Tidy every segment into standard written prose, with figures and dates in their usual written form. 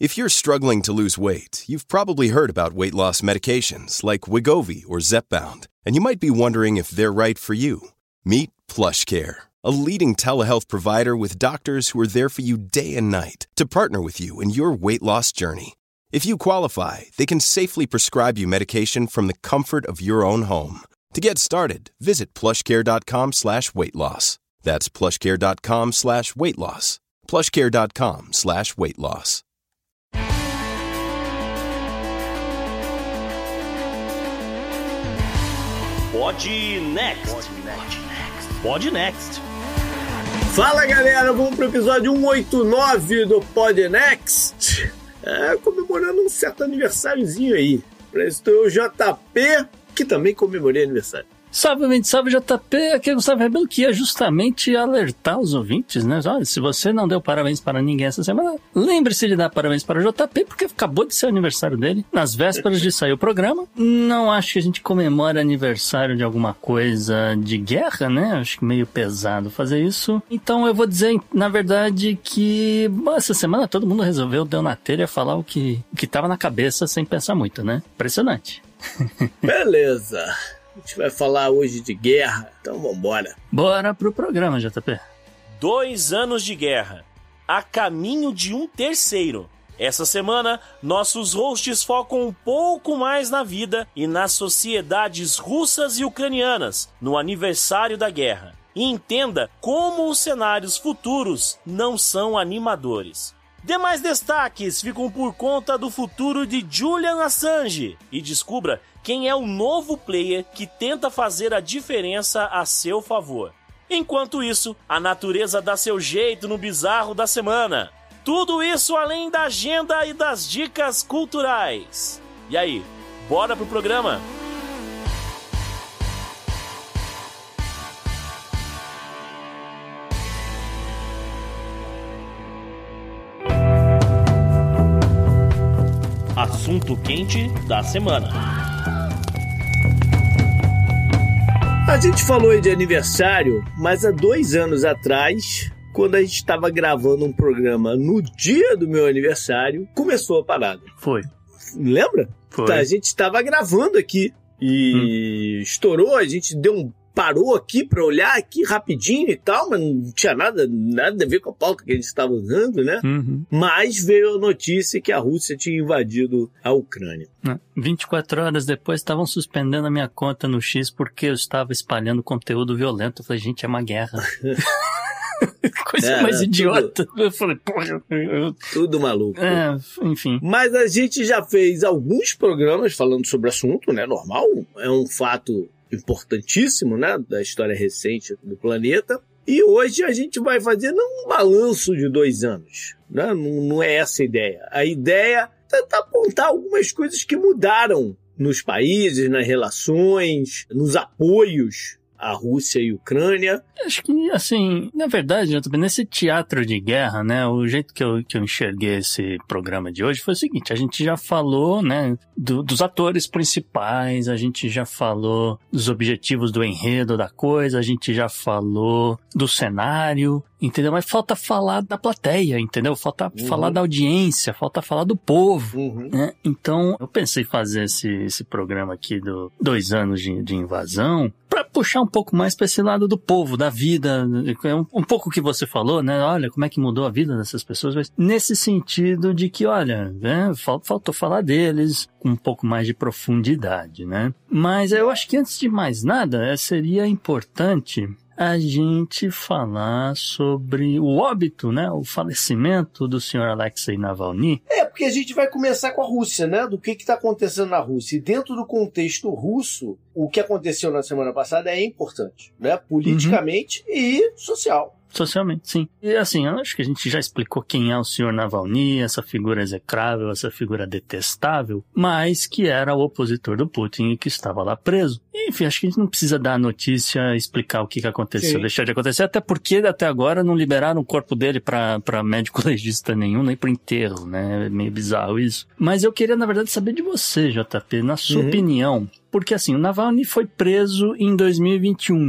If you're struggling to lose weight, you've probably heard about weight loss medications like Wegovy or Zepbound, and you might be wondering if they're right for you. Meet PlushCare, a leading telehealth provider with doctors who are there for you day and night to partner with you in your weight loss journey. If you qualify, they can safely prescribe you medication from the comfort of your own home. To get started, visit plushcare.com/weightloss. That's plushcare.com/weightloss. plushcare.com/weightloss. Pod Next. Fala galera, vamos pro episódio 189 do Pod Next. Comemorando um certo aniversáriozinho aí. Prestou o JP, que também comemorei aniversário. Salve, JP, aqui é Gustavo Rebelo, que ia justamente alertar os ouvintes, né? Olha, se você não deu parabéns para ninguém essa semana, lembre-se de dar parabéns para o JP, porque acabou de ser o aniversário dele, nas vésperas de sair o programa. Não acho que a gente comemora aniversário de alguma coisa de guerra, né? Acho que meio pesado fazer isso. Então eu vou dizer, na verdade, que essa semana todo mundo deu na telha falar o que tava na cabeça sem pensar muito, né? Impressionante. Beleza. A gente vai falar hoje de guerra, então vambora. Bora pro programa, JP. 2 anos de guerra, a caminho de um terceiro. Essa semana, nossos hosts focam um pouco mais na vida e nas sociedades russas e ucranianas, no aniversário da guerra. E entenda como os cenários futuros não são animadores. Demais destaques ficam por conta do futuro de Julian Assange e descubra quem é o novo player que tenta fazer a diferença a seu favor. Enquanto isso, a natureza dá seu jeito no bizarro da semana. Tudo isso além da agenda e das dicas culturais. E aí, bora pro programa? Assunto quente da semana. A gente falou aí de aniversário, mas há 2 anos atrás, quando a gente estava gravando um programa no dia do meu aniversário, começou a parada. Foi. Lembra? Foi. Tá, a gente estava gravando aqui e estourou, a gente parou aqui pra olhar aqui rapidinho e tal, mas não tinha nada a ver com a pauta que a gente estava usando, né? Uhum. Mas veio a notícia que a Rússia tinha invadido a Ucrânia. 24 horas depois estavam suspendendo a minha conta no X porque eu estava espalhando conteúdo violento. Eu falei, gente, é uma guerra. Coisa mais idiota. Eu falei, porra. Tudo maluco. Enfim. Mas a gente já fez alguns programas falando sobre o assunto, né? Normal. É um fato importantíssimo, né, da história recente do planeta. E hoje a gente vai fazer não um balanço de 2 anos, né? Não é essa a ideia. A ideia é tentar apontar algumas coisas que mudaram nos países, nas relações, nos apoios à Rússia e Ucrânia. Acho que, assim, na verdade, nesse teatro de guerra, né, o jeito que eu enxerguei esse programa de hoje foi o seguinte, a gente já falou, né, dos atores principais, a gente já falou dos objetivos do enredo da coisa, a gente já falou do cenário, entendeu? Mas falta falar da plateia, entendeu? Falta falar da audiência, falta falar do povo, né? Então, eu pensei em fazer esse programa aqui do 2 anos de invasão pra puxar um pouco mais pra esse lado do povo, da vida, um pouco o que você falou, né? Olha, como é que mudou a vida dessas pessoas, mas nesse sentido de que, olha, né, faltou falar deles com um pouco mais de profundidade, né? Mas eu acho que antes de mais nada, seria importante a gente falar sobre o óbito, né? O falecimento do senhor Alexei Navalny. Porque a gente vai começar com a Rússia, né? Do que está acontecendo na Rússia. E dentro do contexto russo, o que aconteceu na semana passada é importante, né? Politicamente e social. Socialmente, sim. E assim, eu acho que a gente já explicou quem é o senhor Navalny, essa figura execrável, essa figura detestável, mas que era o opositor do Putin e que estava lá preso. E, enfim, acho que a gente não precisa dar a notícia, explicar o que aconteceu, deixar de acontecer, até porque até agora não liberaram o corpo dele pra médico legista nenhum, nem pro enterro, né? É meio bizarro isso. Mas eu queria, na verdade, saber de você, JP, na sua opinião, porque assim, o Navalny foi preso em 2021.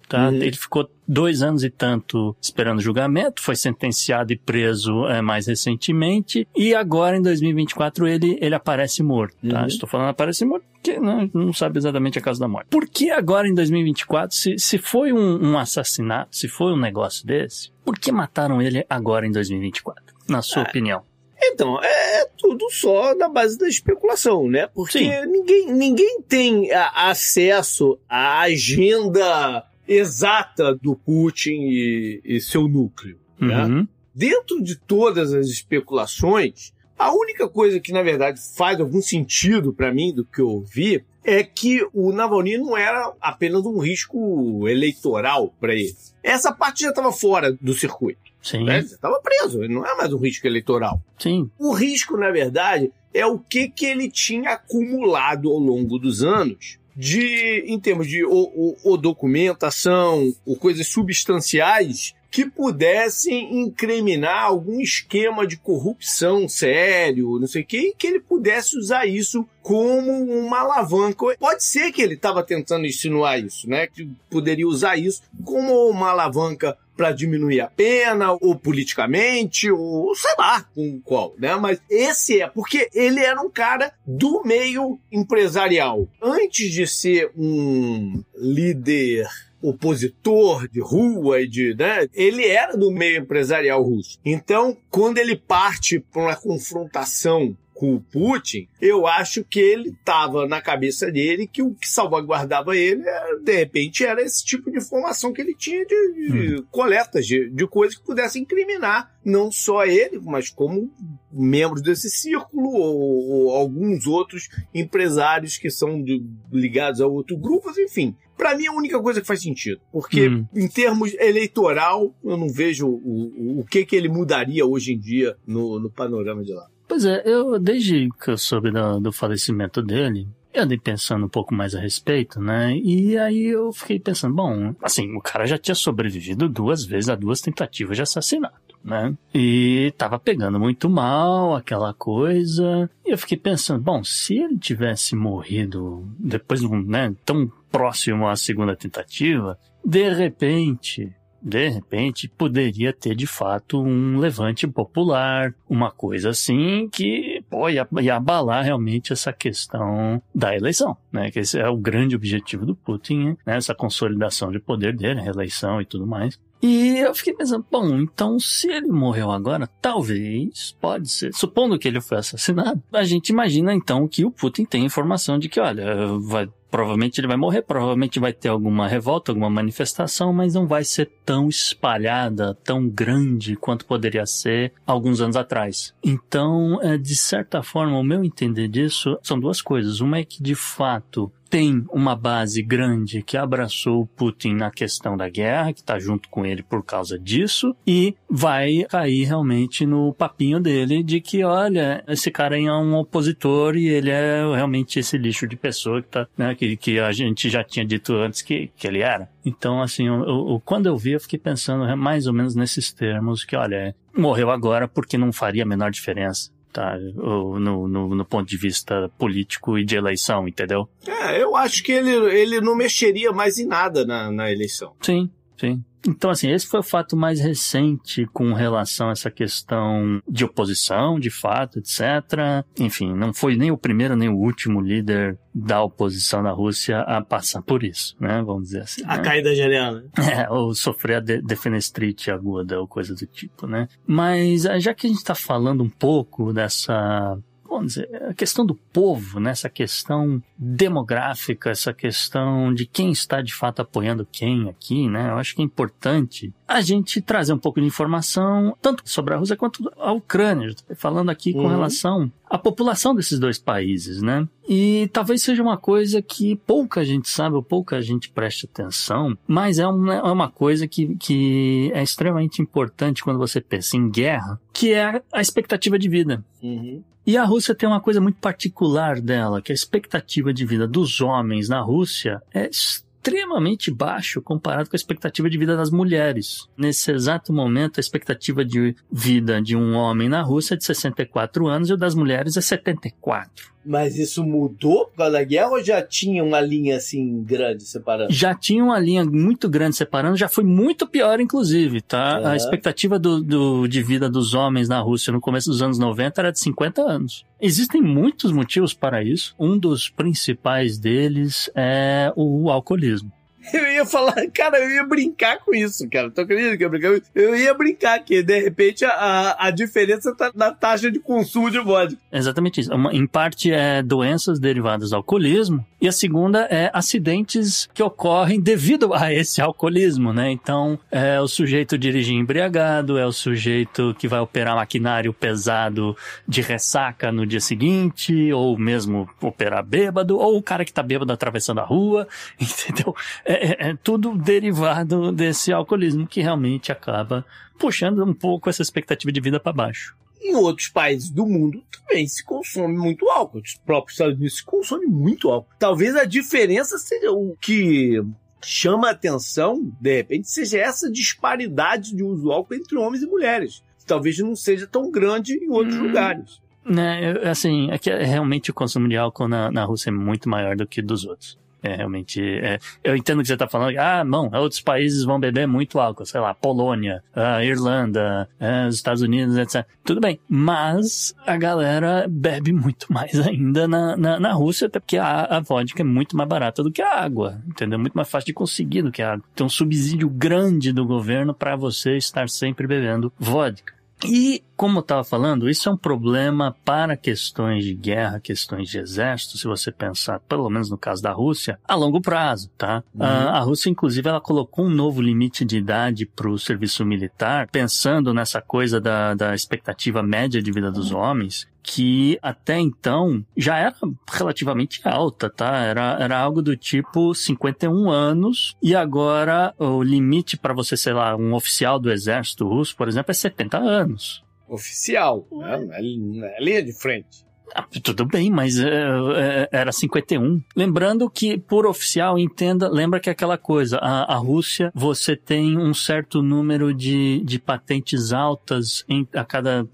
Tá? Ele ficou 2 anos e tanto esperando julgamento, foi sentenciado e preso mais recentemente, e agora em 2024 ele aparece morto. Tá? Estou falando aparece morto porque não sabe exatamente a causa da morte. Por que agora em 2024, se foi um assassinato, se foi um negócio desse, por que mataram ele agora em 2024, na sua opinião? Então, é tudo só na base da especulação, né? Porque ninguém tem acesso à agenda exata do Putin e seu núcleo, né? Dentro de todas as especulações, a única coisa que, na verdade, faz algum sentido para mim do que eu ouvi é que o Navalny não era apenas um risco eleitoral para ele. Essa parte já estava fora do circuito. Sim. Né? Já estava preso, ele não é mais um risco eleitoral. Sim. O risco, na verdade, é o que ele tinha acumulado ao longo dos anos em termos de documentação, ou coisas substanciais que pudessem incriminar algum esquema de corrupção sério, não sei o quê, e que ele pudesse usar isso como uma alavanca. Pode ser que ele estava tentando insinuar isso, né? Que poderia usar isso como uma alavanca para diminuir a pena, ou politicamente, ou sei lá com qual, né? Mas porque ele era um cara do meio empresarial. Antes de ser um líder opositor de rua né? Ele era do meio empresarial russo. Então, quando ele parte para uma confrontação com o Putin, eu acho que ele estava na cabeça dele que o que salvaguardava ele, de repente, era esse tipo de informação que ele tinha de coletas, de coisas que pudessem incriminar não só ele, mas como membros desse círculo ou alguns outros empresários que são ligados a outro grupo, enfim. Para mim é a única coisa que faz sentido, porque em termos eleitoral, eu não vejo o que ele mudaria hoje em dia no panorama de lá. Pois é, desde que eu soube do falecimento dele, eu andei pensando um pouco mais a respeito, né? E aí eu fiquei pensando, bom, assim, o cara já tinha sobrevivido 2 vezes a 2 tentativas de assassinato, né? E tava pegando muito mal aquela coisa. E eu fiquei pensando, bom, se ele tivesse morrido depois, né, tão próximo à segunda tentativa, de repente, poderia ter de fato um levante popular, uma coisa assim que ia abalar realmente essa questão da eleição, né? Que esse é o grande objetivo do Putin, né? Essa consolidação de poder dele, reeleição e tudo mais. E eu fiquei pensando, bom, então se ele morreu agora, talvez, pode ser, supondo que ele foi assassinado, a gente imagina então que o Putin tem informação de que, olha, provavelmente ele vai morrer, provavelmente vai ter alguma revolta, alguma manifestação, mas não vai ser tão espalhada, tão grande quanto poderia ser alguns anos atrás. Então, de certa forma, o meu entender disso são 2 coisas. Uma é que, de fato, tem uma base grande que abraçou o Putin na questão da guerra, que está junto com ele por causa disso, e vai cair realmente no papinho dele de que, olha, esse cara é um opositor e ele é realmente esse lixo de pessoa que tá, né, que a gente já tinha dito antes que ele era. Então, assim, quando eu vi, eu fiquei pensando mais ou menos nesses termos, que, olha, morreu agora porque não faria a menor diferença. Tá, no ponto de vista político e de eleição, entendeu? Eu acho que ele não mexeria mais em nada na eleição. Sim. Então, assim, esse foi o fato mais recente com relação a essa questão de oposição, de fato, etc. Enfim, não foi nem o primeiro nem o último líder da oposição na Rússia a passar por isso, né? Vamos dizer assim. A caída da janela. Ou sofrer a defenestrite aguda ou coisa do tipo, né? Mas, já que a gente está falando um pouco dessa... vamos dizer, a questão do povo, né? Essa questão demográfica, essa questão de quem está de fato apoiando quem aqui, né? Eu acho que é importante a gente trazer um pouco de informação, tanto sobre a Rússia quanto a Ucrânia. Estou falando aqui com relação à população desses 2 países, né? E talvez seja uma coisa que pouca gente sabe ou pouca gente presta atenção, mas é uma coisa que é extremamente importante quando você pensa em guerra, que é a expectativa de vida. E a Rússia tem uma coisa muito particular dela, que a expectativa de vida dos homens na Rússia é extremamente baixo comparado com a expectativa de vida das mulheres. Nesse exato momento, a expectativa de vida de um homem na Rússia é de 64 anos e o das mulheres é 74. Mas isso mudou por causa da guerra ou já tinha uma linha assim grande separando? Já tinha uma linha muito grande separando, já foi muito pior, inclusive, tá? A expectativa de vida dos homens na Rússia no começo dos anos 90 era de 50 anos. Existem muitos motivos para isso. Um dos principais deles é o alcoolismo. Eu ia falar, cara, eu ia brincar com isso, cara. Tu acredita que eu ia brincar com isso? Eu ia brincar que, de repente, a diferença tá na taxa de consumo de vodka. Exatamente isso. Em parte é doenças derivadas do alcoolismo e a segunda é acidentes que ocorrem devido a esse alcoolismo, né? Então, é o sujeito dirigir embriagado, é o sujeito que vai operar maquinário pesado de ressaca no dia seguinte, ou mesmo operar bêbado, ou o cara que tá bêbado atravessando a rua, entendeu? É tudo derivado desse alcoolismo que realmente acaba puxando um pouco essa expectativa de vida para baixo. Em outros países do mundo também se consome muito álcool. Os próprios Estados Unidos se consome muito álcool. Talvez a diferença seja o que chama a atenção, de repente, seja essa disparidade de uso do álcool entre homens e mulheres. Talvez não seja tão grande em outros lugares. Né, assim, é que realmente o consumo de álcool na Rússia é muito maior do que dos outros. Realmente, eu entendo que você está falando, não, outros países vão beber muito álcool, sei lá, Polônia, Irlanda, os Estados Unidos, etc. Tudo bem, mas a galera bebe muito mais ainda na Rússia, até porque a vodka é muito mais barata do que a água, entendeu? Muito mais fácil de conseguir do que a água. Tem um subsídio grande do governo para você estar sempre bebendo vodka. E, como eu estava falando, isso é um problema para questões de guerra, questões de exército, se você pensar, pelo menos no caso da Rússia, a longo prazo, tá? A Rússia, inclusive, ela colocou um novo limite de idade para o serviço militar, pensando nessa coisa da expectativa média de vida dos homens, que até então já era relativamente alta, tá? Era algo do tipo 51 anos e agora o limite para você, sei lá, um oficial do exército russo, por exemplo, é 70 anos. Oficial, né? Na linha de frente. Tudo bem, mas era 51. Lembrando que, por oficial, lembra que é aquela coisa, a Rússia, você tem um certo número de patentes altas a cada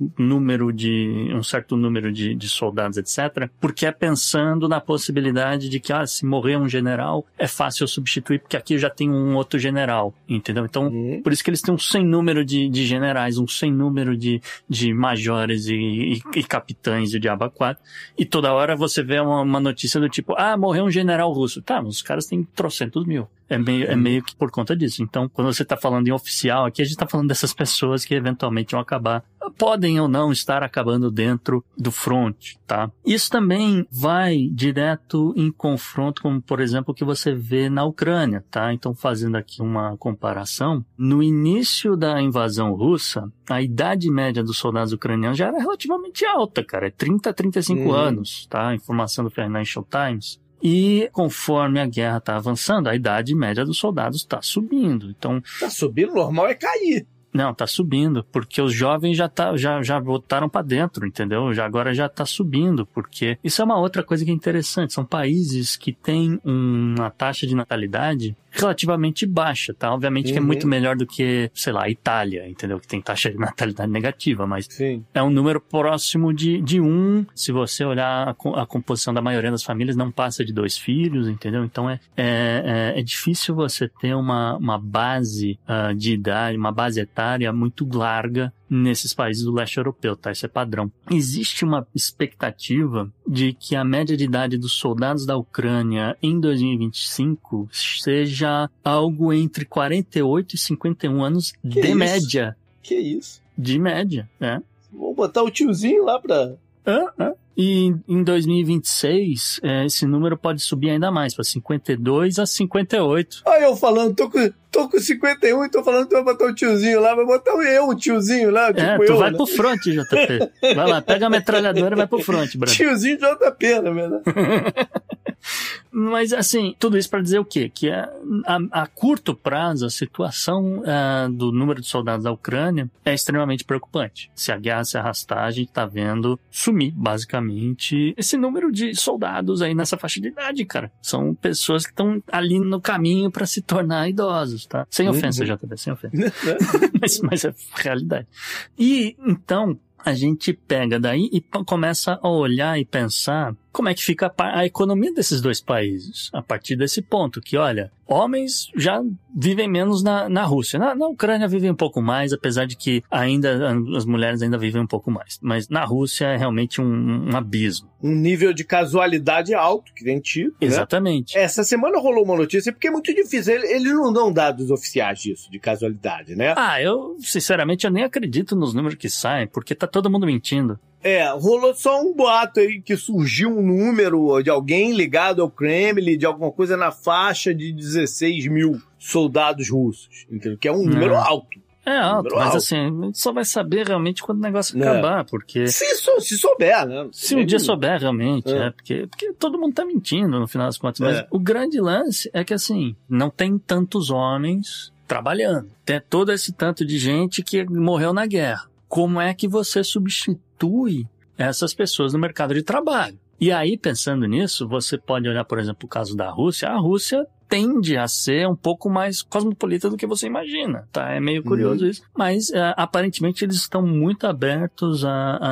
um certo número de soldados, etc., porque é pensando na possibilidade de que, se morrer um general, é fácil eu substituir, porque aqui já tem um outro general, entendeu? Então, por isso que eles têm um sem número de generais, um sem número de majores e capitães e o diabo 4. E toda hora você vê uma notícia do tipo, morreu um general russo. Tá, mas os caras têm trocentos mil. É meio que por conta disso. Então, quando você está falando em oficial, aqui a gente está falando dessas pessoas que eventualmente vão acabar, podem ou não estar acabando dentro do front, tá? Isso também vai direto em confronto com, por exemplo, o que você vê na Ucrânia, tá? Então, fazendo aqui uma comparação, no início da invasão russa, a idade média dos soldados ucranianos já era relativamente alta, cara. É 30 a 35 anos, tá? Informação do Financial Times. E conforme a guerra está avançando, a idade média dos soldados está subindo. Então, tá subindo, normal é cair. Não, tá subindo, porque os jovens já voltaram para dentro, entendeu? Agora já tá subindo, porque isso é uma outra coisa que é interessante. São países que têm uma taxa de natalidade relativamente baixa, tá? Obviamente que é muito melhor do que, sei lá, a Itália, entendeu? Que tem taxa de natalidade negativa, mas é um número próximo de 1. Se você olhar a composição da maioria das famílias, não passa de 2 filhos, entendeu? Então é difícil você ter uma base de idade, uma base etária muito larga nesses países do leste europeu, tá? Isso é padrão. Existe uma expectativa de que a média de idade dos soldados da Ucrânia em 2025 seja algo entre 48 e 51 anos de média. Que isso? De média, Vou botar o tiozinho lá pra... E em 2026, esse número pode subir ainda mais, para 52 a 58. Eu falando, tô com 51 e tô falando que tu vai botar o tiozinho lá, vai botar o tiozinho lá, tipo tu vai pro front, JP. Vai lá, pega a metralhadora e vai pro front, brother. Tiozinho JP, na verdade. Mas, assim, tudo isso para dizer o quê? Que a curto prazo, a situação do número de soldados da Ucrânia é extremamente preocupante. Se a guerra se arrastar, a gente tá vendo sumir, basicamente, esse número de soldados aí nessa faixa de idade, cara. São pessoas que estão ali no caminho para se tornar idosos, tá? Sem ofensa, JB, sem ofensa. mas é realidade. E, então, a gente pega daí e começa a olhar e pensar como é que fica a economia desses dois países a partir desse ponto, que olha, homens já vivem menos na Rússia. Na Ucrânia vivem um pouco mais, apesar de que ainda as mulheres ainda vivem um pouco mais. Mas na Rússia é realmente um abismo. Um nível de casualidade alto que tem tido. Exatamente. Né? Essa semana rolou uma notícia, porque é muito difícil. Eles não dão dados oficiais disso, de casualidade, né? Eu, sinceramente, eu nem acredito nos números que saem, porque tá todo mundo mentindo. Rolou só um boato aí que surgiu um número de alguém ligado ao Kremlin, de alguma coisa na faixa de 16 mil soldados russos, entendeu? Que é um número alto. É alto, mas assim, a gente só vai saber realmente quando o negócio acabar, porque... Se souber, né? Se um dia souber realmente, porque todo mundo tá mentindo no final das contas, mas o grande lance é que assim, não tem tantos homens trabalhando, tem todo esse tanto de gente que morreu na guerra. Como é que você substitui essas pessoas no mercado de trabalho? E aí, pensando nisso, você pode olhar, por exemplo, o caso da Rússia. A Rússia tende a ser um pouco mais cosmopolita do que você imagina, tá? É meio curioso isso. Mas, aparentemente, eles estão muito abertos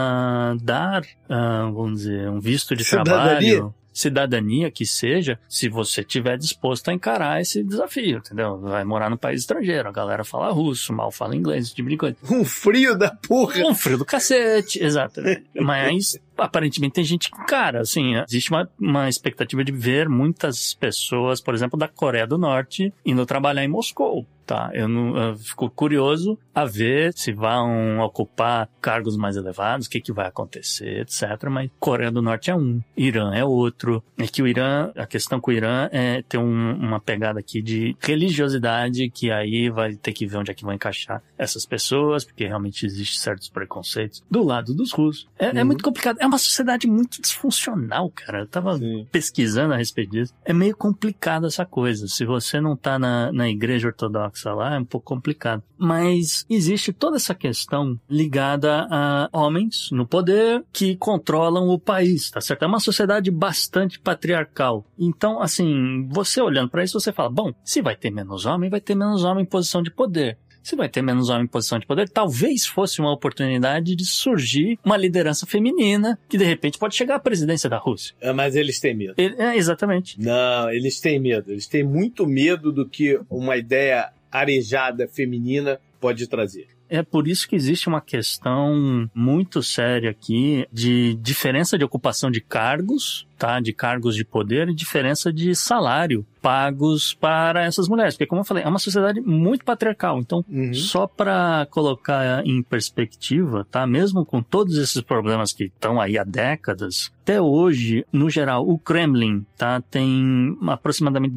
a dar, vamos dizer, um visto de trabalho... cidadania que seja, se você estiver disposto a encarar esse desafio, entendeu? Vai morar no país estrangeiro, a galera fala russo, mal fala inglês, esse tipo de coisa. Um frio da porra! Um frio do cacete, exatamente. Mas, aparentemente, tem gente que, cara, assim, existe uma expectativa de ver muitas pessoas, por exemplo, da Coreia do Norte indo trabalhar em Moscou. Tá, eu fico curioso a ver se vão ocupar cargos mais elevados, o que vai acontecer, etc. Mas Coreia do Norte é um, Irã é outro. É que o Irã, a questão com o Irã é ter uma pegada aqui de religiosidade, que aí vai ter que ver onde é que vão encaixar essas pessoas, porque realmente existem certos preconceitos do lado dos russos. É muito complicado. É uma sociedade muito disfuncional, cara. Eu tava pesquisando a respeito disso. É meio complicado essa coisa. Se você não tá na igreja ortodoxa lá, é um pouco complicado. Mas existe toda essa questão ligada a homens no poder que controlam o país, tá certo? É uma sociedade bastante patriarcal. Então, assim, você olhando para isso, você fala, bom, se vai ter menos homem, vai ter menos homem em posição de poder. Se vai ter menos homem em posição de poder, talvez fosse uma oportunidade de surgir uma liderança feminina que, de repente, pode chegar à presidência da Rússia. Mas eles têm medo. Exatamente. Não, eles têm medo. Eles têm muito medo do que uma ideia arejada feminina pode trazer. É por isso que existe uma questão muito séria aqui de diferença de ocupação de cargos, tá? De cargos de poder e diferença de salário pagos para essas mulheres. Porque, como eu falei, é uma sociedade muito patriarcal. Então, só para colocar em perspectiva, tá? Mesmo com todos esses problemas que estão aí há décadas, até hoje, no geral, o Kremlin, tá? Tem aproximadamente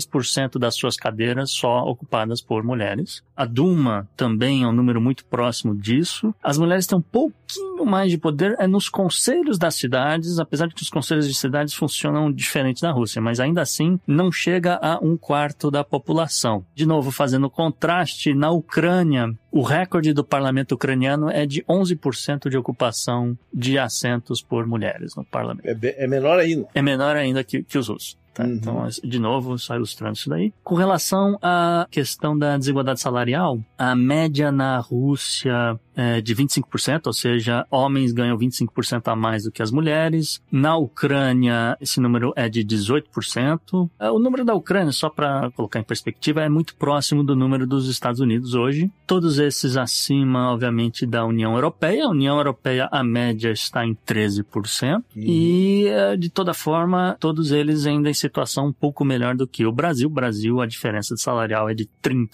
16% das suas cadeiras só ocupadas por mulheres. A Duma também é um número muito próximo disso. As mulheres têm um pouquinho mais de poder nos conselhos das cidades, apesar de que os conselhos de cidades funcionam diferente na Rússia, mas ainda assim não chega a 1/4 da população. De novo, fazendo contraste, na Ucrânia, o recorde do parlamento ucraniano é de 11% de ocupação de assentos por mulheres no parlamento. É menor ainda. É menor ainda que os russos. Tá? Então, de novo, só ilustrando isso daí. Com relação à questão da desigualdade salarial, a média na Rússia é de 25%, ou seja, homens ganham 25% a mais do que as mulheres. Na Ucrânia, esse número é de 18%. O número da Ucrânia, só para colocar em perspectiva, é muito próximo do número dos Estados Unidos hoje. Todos esses acima, obviamente, da União Europeia. A União Europeia, a média está em 13%. E, de toda forma, todos eles ainda em situação um pouco melhor do que o Brasil. O Brasil, a diferença de salarial é de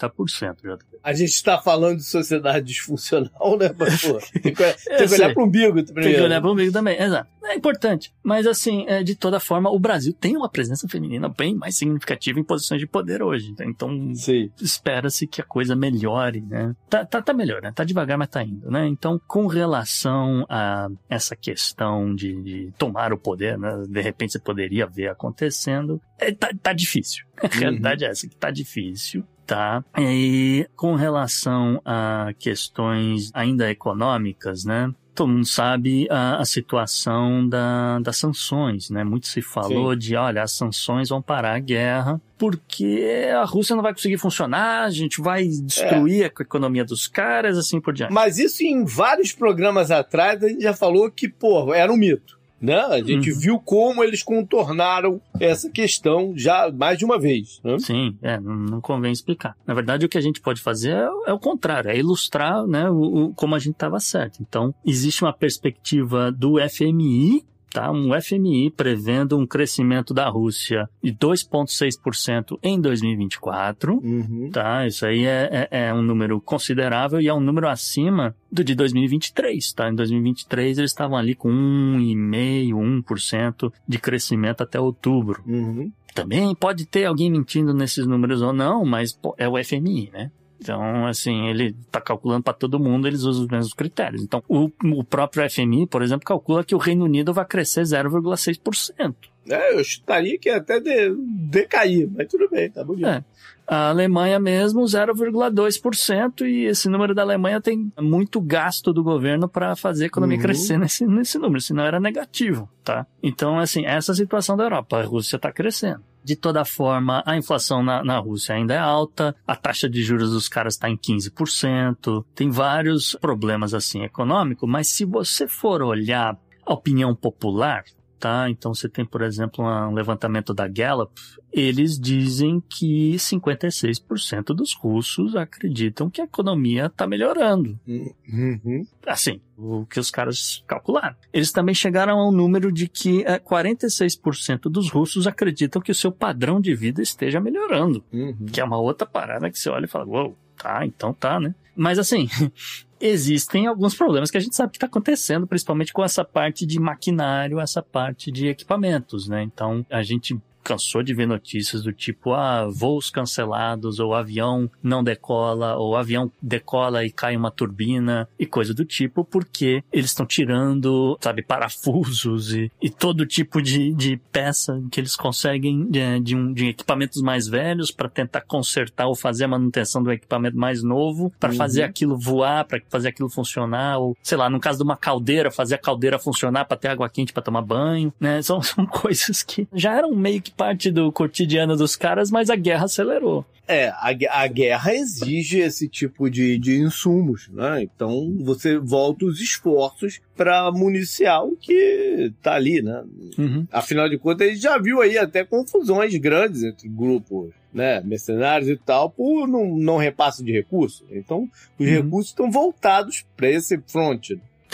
30%. A gente está falando de sociedade disfuncional, né? Mas, pô, tem que olhar para o umbigo primeiro. Tem que olhar para o umbigo também, exato. É importante. Mas, assim, de toda forma, o Brasil tem uma presença feminina bem mais significativa em posições de poder hoje. Então, espera-se que a coisa melhore, né? Tá melhor, né? Tá devagar, mas tá indo, né? Então, com relação a essa questão de tomar o poder, né? De repente você poderia ver acontecendo, tá difícil. A realidade é essa, que tá difícil. Tá. E com relação a questões ainda econômicas, né? Todo mundo sabe a situação das sanções, né? Muito se falou de, olha, as sanções vão parar a guerra porque a Rússia não vai conseguir funcionar, a gente vai destruir a economia dos caras, assim por diante. Mas isso em vários programas atrás a gente já falou que, pô, era um mito. né? A gente viu como eles contornaram essa questão já mais de uma vez. Né? Sim, não convém explicar. Na verdade, o que a gente pode fazer é o contrário, é ilustrar, né, como a gente estava certo. Então, existe uma perspectiva do FMI, tá? Um FMI prevendo um crescimento da Rússia de 2,6% em 2024, tá? Isso aí é um número considerável e é um número acima do de 2023, tá? Em 2023 eles estavam ali com 1,5%, 1% de crescimento até outubro. Também pode ter alguém mentindo nesses números ou não, mas é o FMI, né? Então, assim, ele está calculando para todo mundo, eles usam os mesmos critérios. Então, o próprio FMI, por exemplo, calcula que o Reino Unido vai crescer 0,6%. Eu chutaria que até decair, mas tudo bem, tá bonito. A Alemanha mesmo, 0,2%, e esse número da Alemanha tem muito gasto do governo para fazer a economia crescer nesse número, senão era negativo, tá? Então, assim, essa é a situação da Europa, a Rússia está crescendo. De toda forma, a inflação na Rússia ainda é alta, a taxa de juros dos caras está em 15%, tem vários problemas assim econômicos, mas se você for olhar a opinião popular, tá? Então você tem, por exemplo, um levantamento da Gallup, eles dizem que 56% dos russos acreditam que a economia está melhorando. Assim, o que os caras calcularam. Eles também chegaram ao número de que 46% dos russos acreditam que o seu padrão de vida esteja melhorando. Que é uma outra parada que você olha e fala, uou, tá, então tá, né? Mas assim, existem alguns problemas que a gente sabe que está acontecendo, principalmente com essa parte de maquinário, essa parte de equipamentos, né? Então, a gente cansou de ver notícias do tipo, voos cancelados, ou avião não decola, ou avião decola e cai uma turbina, e coisa do tipo, porque eles estão tirando, sabe, parafusos e todo tipo de peça que eles conseguem de equipamentos mais velhos para tentar consertar ou fazer a manutenção do equipamento mais novo, para fazer aquilo voar, para fazer aquilo funcionar, ou, sei lá, no caso de uma caldeira, fazer a caldeira funcionar para ter água quente para tomar banho, né? São coisas que já eram meio que parte do cotidiano dos caras, mas a guerra acelerou. A guerra exige esse tipo de insumos, né? Então você volta os esforços para municiar o que tá ali, né? Afinal de contas, a gente já viu aí até confusões grandes entre grupos, né, mercenários e tal, por não repasse de recursos. Então, os recursos estão voltados para esse front.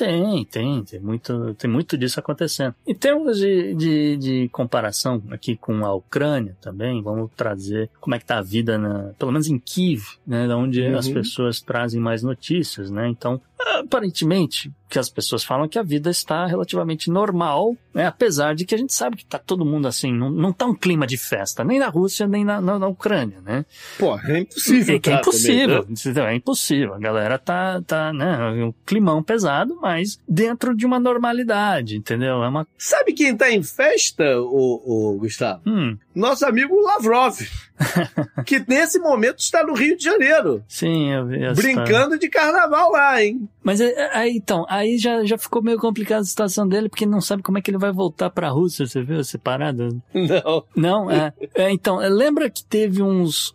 Tem muito disso acontecendo. Em termos de comparação aqui com a Ucrânia também, vamos trazer como é que tá a vida, pelo menos em Kiev, né, onde as pessoas trazem mais notícias, né? Então, aparentemente, que as pessoas falam que a vida está relativamente normal, né? Apesar de que a gente sabe que tá todo mundo assim, não tá um clima de festa, nem na Rússia, nem na Ucrânia, né? Pô, é impossível. É impossível, também, né? É impossível. A galera tá, né, um climão pesado, mas dentro de uma normalidade, entendeu? Sabe quem tá em festa, o Gustavo? Nosso amigo Lavrov, que nesse momento está no Rio de Janeiro. Sim, eu vi brincando de carnaval lá, hein? Mas aí já ficou meio complicada a situação dele, porque ele não sabe como é que ele vai voltar pra Rússia, você viu essa parada? Não? Então, lembra que teve uns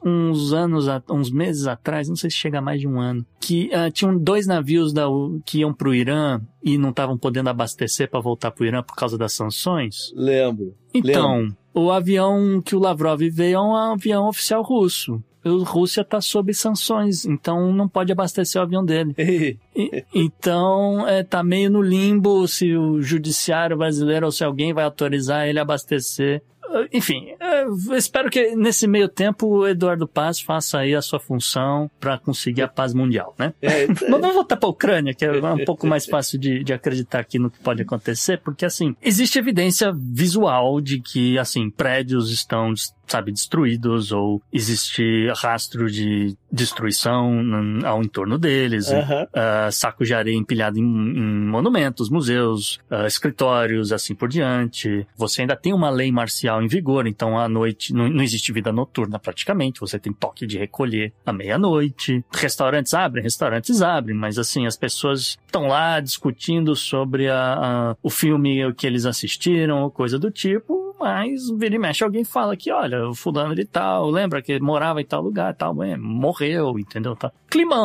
meses atrás, não sei se chega a mais de um ano, que tinham 2 navios que iam pro Irã e não estavam podendo abastecer pra voltar pro Irã por causa das sanções? Lembro. Então, o avião que o Lavrov veio é um avião oficial russo. A Rússia está sob sanções, então não pode abastecer o avião dele. Então, tá meio no limbo se o judiciário brasileiro ou se alguém vai autorizar ele a abastecer. Enfim, eu espero que nesse meio tempo o Eduardo Paz faça aí a sua função para conseguir a paz mundial, né? Mas vamos voltar para a Ucrânia, que é um pouco mais fácil de acreditar aqui no que pode acontecer, porque assim, existe evidência visual de que, assim, prédios estão, sabe, destruídos, ou existe rastro de destruição ao entorno deles, sacos de areia empilhado em monumentos, museus, escritórios, assim por diante. Você ainda tem uma lei marcial em vigor, então à noite não existe vida noturna praticamente, você tem toque de recolher à meia-noite. Restaurantes abrem, mas assim, as pessoas estão lá discutindo sobre o filme que eles assistiram, ou coisa do tipo, mas vira e mexe alguém fala que, olha, o fulano de tal, lembra que morava em tal lugar, tal, morreu, entendeu? Tá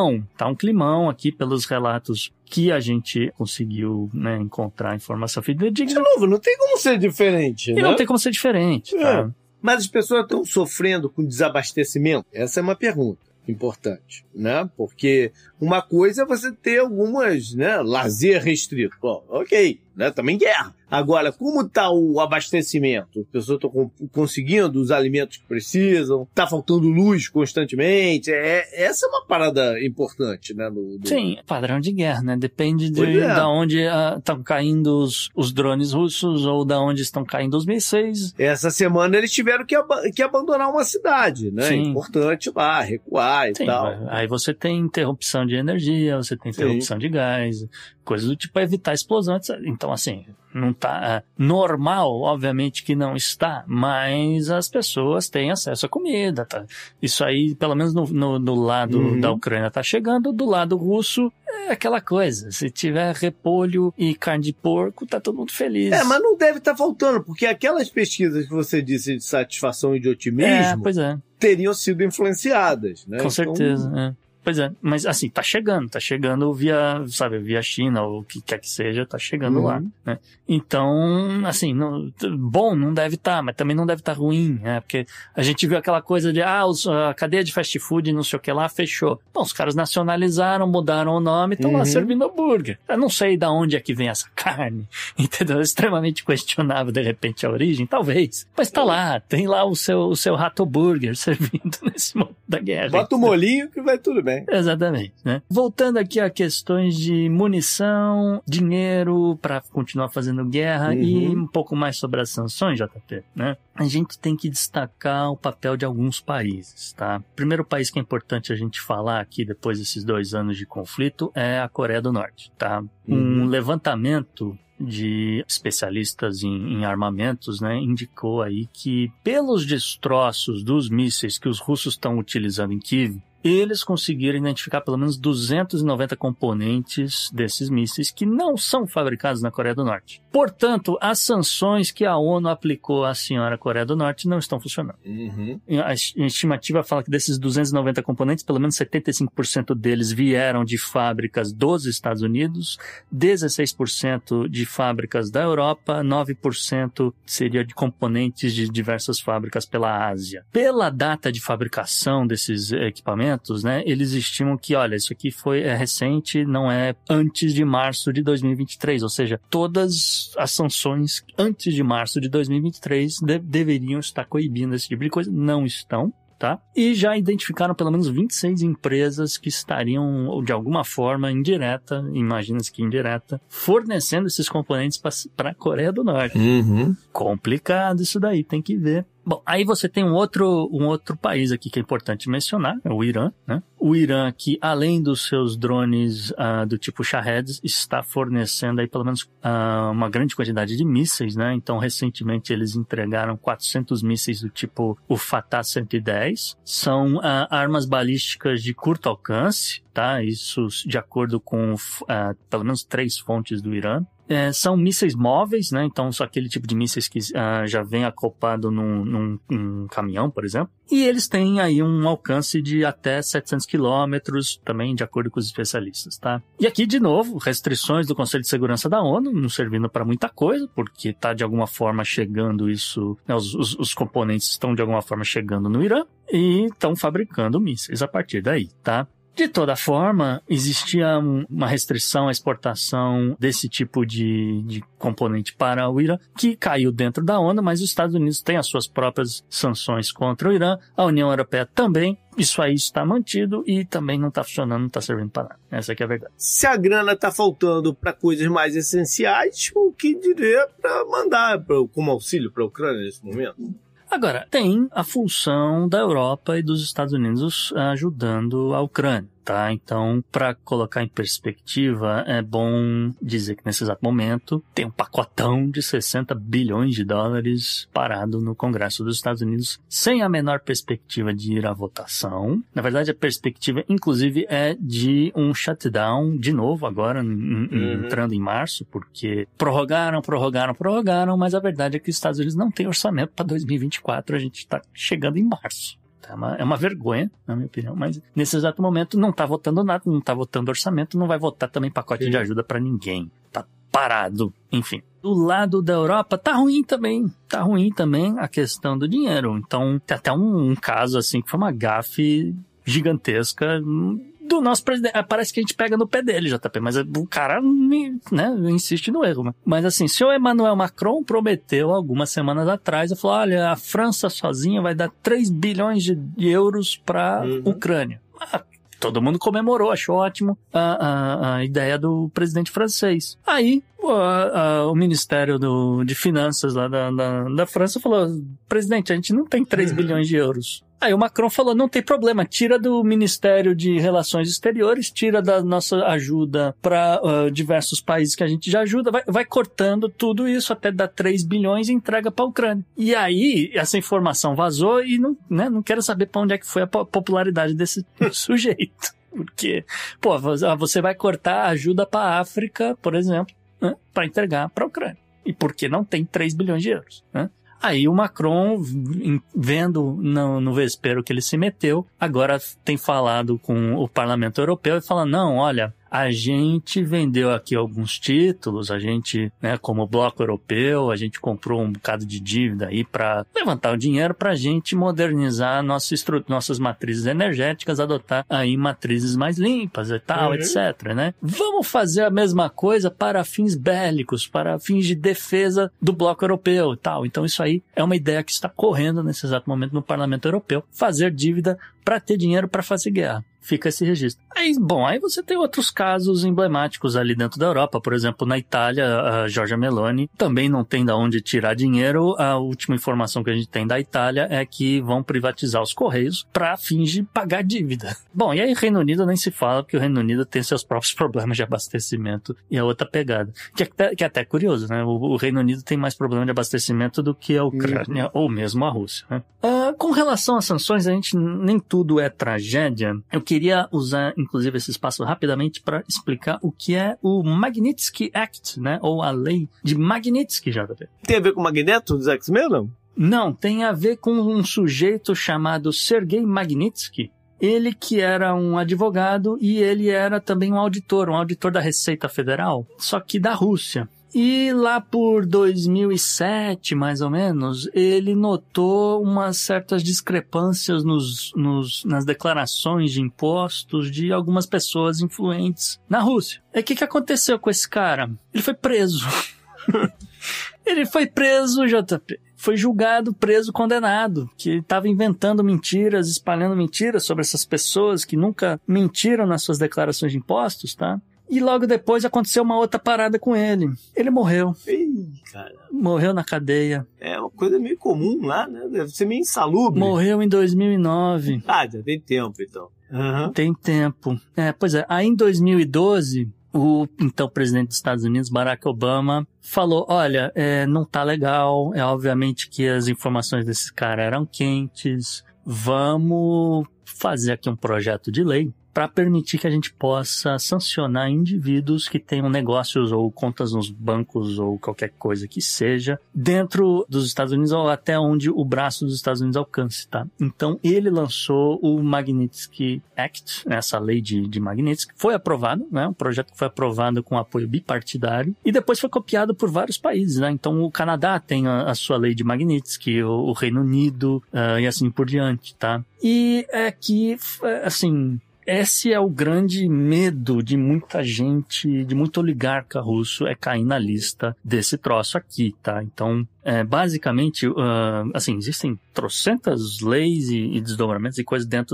um climão aqui pelos relatos que a gente conseguiu, né, encontrar informação fidedigna. De novo, não tem como ser diferente, né? E não tem como ser diferente, tá? Mas as pessoas estão sofrendo com desabastecimento? Essa é uma pergunta importante, né? Porque uma coisa é você ter algumas, né, lazer restrito. Bom, ok, né? Também guerra. Agora, como está o abastecimento? As pessoas estão conseguindo os alimentos que precisam? Está faltando luz constantemente? Essa é uma parada importante, né? Sim, padrão de guerra, né? Depende da onde estão caindo os drones russos ou da onde estão caindo os mísseis. Essa semana eles tiveram que abandonar uma cidade, né? Sim. Importante lá, recuar e tal. Aí você tem interrupção de energia, você tem interrupção de gás, coisas do tipo evitar explosão. Então, assim, não tá normal, obviamente que não está, mas as pessoas têm acesso à comida, tá? Isso aí, pelo menos no lado da Ucrânia tá chegando, do lado russo é aquela coisa, se tiver repolho e carne de porco, tá todo mundo feliz. Mas não deve estar faltando, porque aquelas pesquisas que você disse de satisfação e de otimismo teriam sido influenciadas, né? Com certeza, Pois é, mas assim, tá chegando via China, ou o que quer que seja, tá chegando lá, né? Então, assim, bom não deve estar, mas também não deve estar ruim, né? Porque a gente viu aquela coisa de, a cadeia de fast food, não sei o que lá, fechou. Bom, os caras nacionalizaram, mudaram o nome, estão lá servindo hambúrguer. Eu não sei de onde é que vem essa carne, entendeu? É extremamente questionável, de repente, a origem, talvez. Mas tá lá, tem lá o seu rato burger servindo nesse momento da guerra. Bota o molinho que vai tudo bem. Exatamente, né? Voltando aqui a questões de munição, dinheiro para continuar fazendo guerra e um pouco mais sobre as sanções, JP, né? A gente tem que destacar o papel de alguns países, tá? O primeiro país que é importante a gente falar aqui depois desses 2 anos de conflito é a Coreia do Norte, tá? Um levantamento de especialistas em armamentos, né, indicou aí que pelos destroços dos mísseis que os russos estão utilizando em Kiev, eles conseguiram identificar pelo menos 290 componentes desses mísseis que não são fabricados na Coreia do Norte. Portanto, as sanções que a ONU aplicou à senhora Coreia do Norte não estão funcionando. A estimativa fala que desses 290 componentes, pelo menos 75% deles vieram de fábricas dos Estados Unidos, 16% de fábricas da Europa, 9% seria de componentes de diversas fábricas pela Ásia. Pela data de fabricação desses equipamentos, né, eles estimam que, olha, isso aqui é recente, não é antes de março de 2023, ou seja, todas as sanções antes de março de 2023 deveriam estar coibindo esse tipo de coisa, não estão. Tá? E já identificaram pelo menos 26 empresas que estariam, de alguma forma indireta, imagina-se que indireta, fornecendo esses componentes para a Coreia do Norte. Complicado isso daí, tem que ver. Bom, aí você tem um outro país aqui que é importante mencionar, é o Irã, né? O Irã, que além dos seus drones do tipo Shahed, está fornecendo aí pelo menos uma grande quantidade de mísseis, né? Então, recentemente eles entregaram 400 mísseis do tipo o Fatah 110. São armas balísticas de curto alcance, tá? Isso de acordo com pelo menos 3 fontes do Irã. São mísseis móveis, né? Então, são aquele tipo de mísseis que já vem acoplado num caminhão, por exemplo. E eles têm aí um alcance de até 700 quilômetros, também de acordo com os especialistas, tá? E aqui, de novo, restrições do Conselho de Segurança da ONU, não servindo para muita coisa, porque está de alguma forma chegando isso, né? Os componentes estão de alguma forma chegando no Irã e estão fabricando mísseis a partir daí, tá? De toda forma, existia uma restrição à exportação desse tipo de componente para o Irã, que caiu dentro da ONU, mas os Estados Unidos têm as suas próprias sanções contra o Irã, a União Europeia também. Isso aí está mantido e também não está funcionando, não está servindo para nada. Essa aqui é a verdade. Se a grana está faltando para coisas mais essenciais, o que diria para mandar como auxílio para a Ucrânia nesse momento? Agora, tem a função da Europa e dos Estados Unidos ajudando a Ucrânia, tá? Então, para colocar em perspectiva, é bom dizer que nesse exato momento tem um pacotão de 60 bilhões de dólares parado no Congresso dos Estados Unidos sem a menor perspectiva de ir à votação. Na verdade, a perspectiva, inclusive, é de um shutdown de novo agora, entrando em março, porque prorrogaram, mas a verdade é que os Estados Unidos não têm orçamento para 2024, a gente está chegando em março. É uma vergonha, na minha opinião, mas nesse exato momento não está votando nada, não está votando orçamento, não vai votar também pacote de ajuda para ninguém. Tá parado, enfim. Do lado da Europa, tá ruim também a questão do dinheiro. Então, tem até um caso assim que foi uma gafe gigantesca do nosso presidente. Parece que a gente pega no pé dele, JP, mas o cara insiste no erro. Mas assim, o senhor Emmanuel Macron prometeu algumas semanas atrás, ele falou, olha, a França sozinha vai dar 3 bilhões de euros para Ucrânia. Todo mundo comemorou, achou ótimo a ideia do presidente francês. Aí, o Ministério de Finanças lá da França falou, presidente, a gente não tem 3 bilhões de euros. Aí o Macron falou, não tem problema, tira do Ministério de Relações Exteriores, tira da nossa ajuda para diversos países que a gente já ajuda, vai cortando tudo isso até dar 3 bilhões e entrega para a Ucrânia. E aí, essa informação vazou e não quero saber para onde é que foi a popularidade desse sujeito. Porque, você vai cortar a ajuda para a África, por exemplo, né, para entregar para a Ucrânia. E por que não tem 3 bilhões de euros, né? Aí o Macron, vendo no vespeiro que ele se meteu, agora tem falado com o Parlamento Europeu e fala, não, olha, a gente vendeu aqui alguns títulos, a gente, como bloco europeu, a gente comprou um bocado de dívida aí para levantar o dinheiro para a gente modernizar nossas matrizes energéticas, adotar aí matrizes mais limpas e tal, etc, né? Vamos fazer a mesma coisa para fins bélicos, para fins de defesa do bloco europeu e tal. Então isso aí é uma ideia que está correndo nesse exato momento no Parlamento Europeu, fazer dívida para ter dinheiro para fazer guerra. Fica esse registro. Aí você tem outros casos emblemáticos ali dentro da Europa. Por exemplo, na Itália, a Giorgia Meloni também não tem de onde tirar dinheiro. A última informação que a gente tem da Itália é que vão privatizar os Correios para fins de pagar dívida. Bom, e aí Reino Unido nem se fala, porque o Reino Unido tem seus próprios problemas de abastecimento e é outra pegada. Que é até curioso, né? O Reino Unido tem mais problema de abastecimento do que a Ucrânia ou mesmo a Rússia, né? Com relação às sanções, a gente nem tudo é tragédia. Eu queria usar, inclusive, esse espaço rapidamente para explicar o que é o Magnitsky Act, né? Ou a lei de Magnitsky, JP. Tem a ver com o Magneto dos X-Men, não? Não, tem a ver com um sujeito chamado Sergei Magnitsky. Ele que era um advogado e ele era também um auditor da Receita Federal, só que da Rússia. E lá por 2007, mais ou menos, ele notou umas certas discrepâncias nas declarações de impostos de algumas pessoas influentes na Rússia. E o que aconteceu com esse cara? Ele foi preso. Ele foi preso, JP. Foi julgado, preso, condenado. Que estava inventando mentiras, espalhando mentiras sobre essas pessoas que nunca mentiram nas suas declarações de impostos, tá? E logo depois aconteceu uma outra parada com ele. Ele morreu. Ih, cara. Morreu na cadeia. É uma coisa meio comum lá, né? Deve ser meio insalubre. Morreu em 2009. Ah, já tem tempo, então. Tem tempo. Pois é. Aí em 2012, o então presidente dos Estados Unidos, Barack Obama, falou, olha, não tá legal. É obviamente que as informações desse cara eram quentes. Vamos fazer aqui um projeto de lei para permitir que a gente possa sancionar indivíduos que tenham negócios ou contas nos bancos ou qualquer coisa que seja dentro dos Estados Unidos ou até onde o braço dos Estados Unidos alcance, tá? Então, ele lançou o Magnitsky Act, essa lei de Magnitsky, foi aprovado, né? Um projeto que foi aprovado com apoio bipartidário e depois foi copiado por vários países, né? Então, o Canadá tem a sua lei de Magnitsky, o Reino Unido e assim por diante, tá? E é que, assim, esse é o grande medo de muita gente, de muito oligarca russo, é cair na lista desse troço aqui, tá? Então, basicamente, assim, existem trocentas leis e desdobramentos e coisas dentro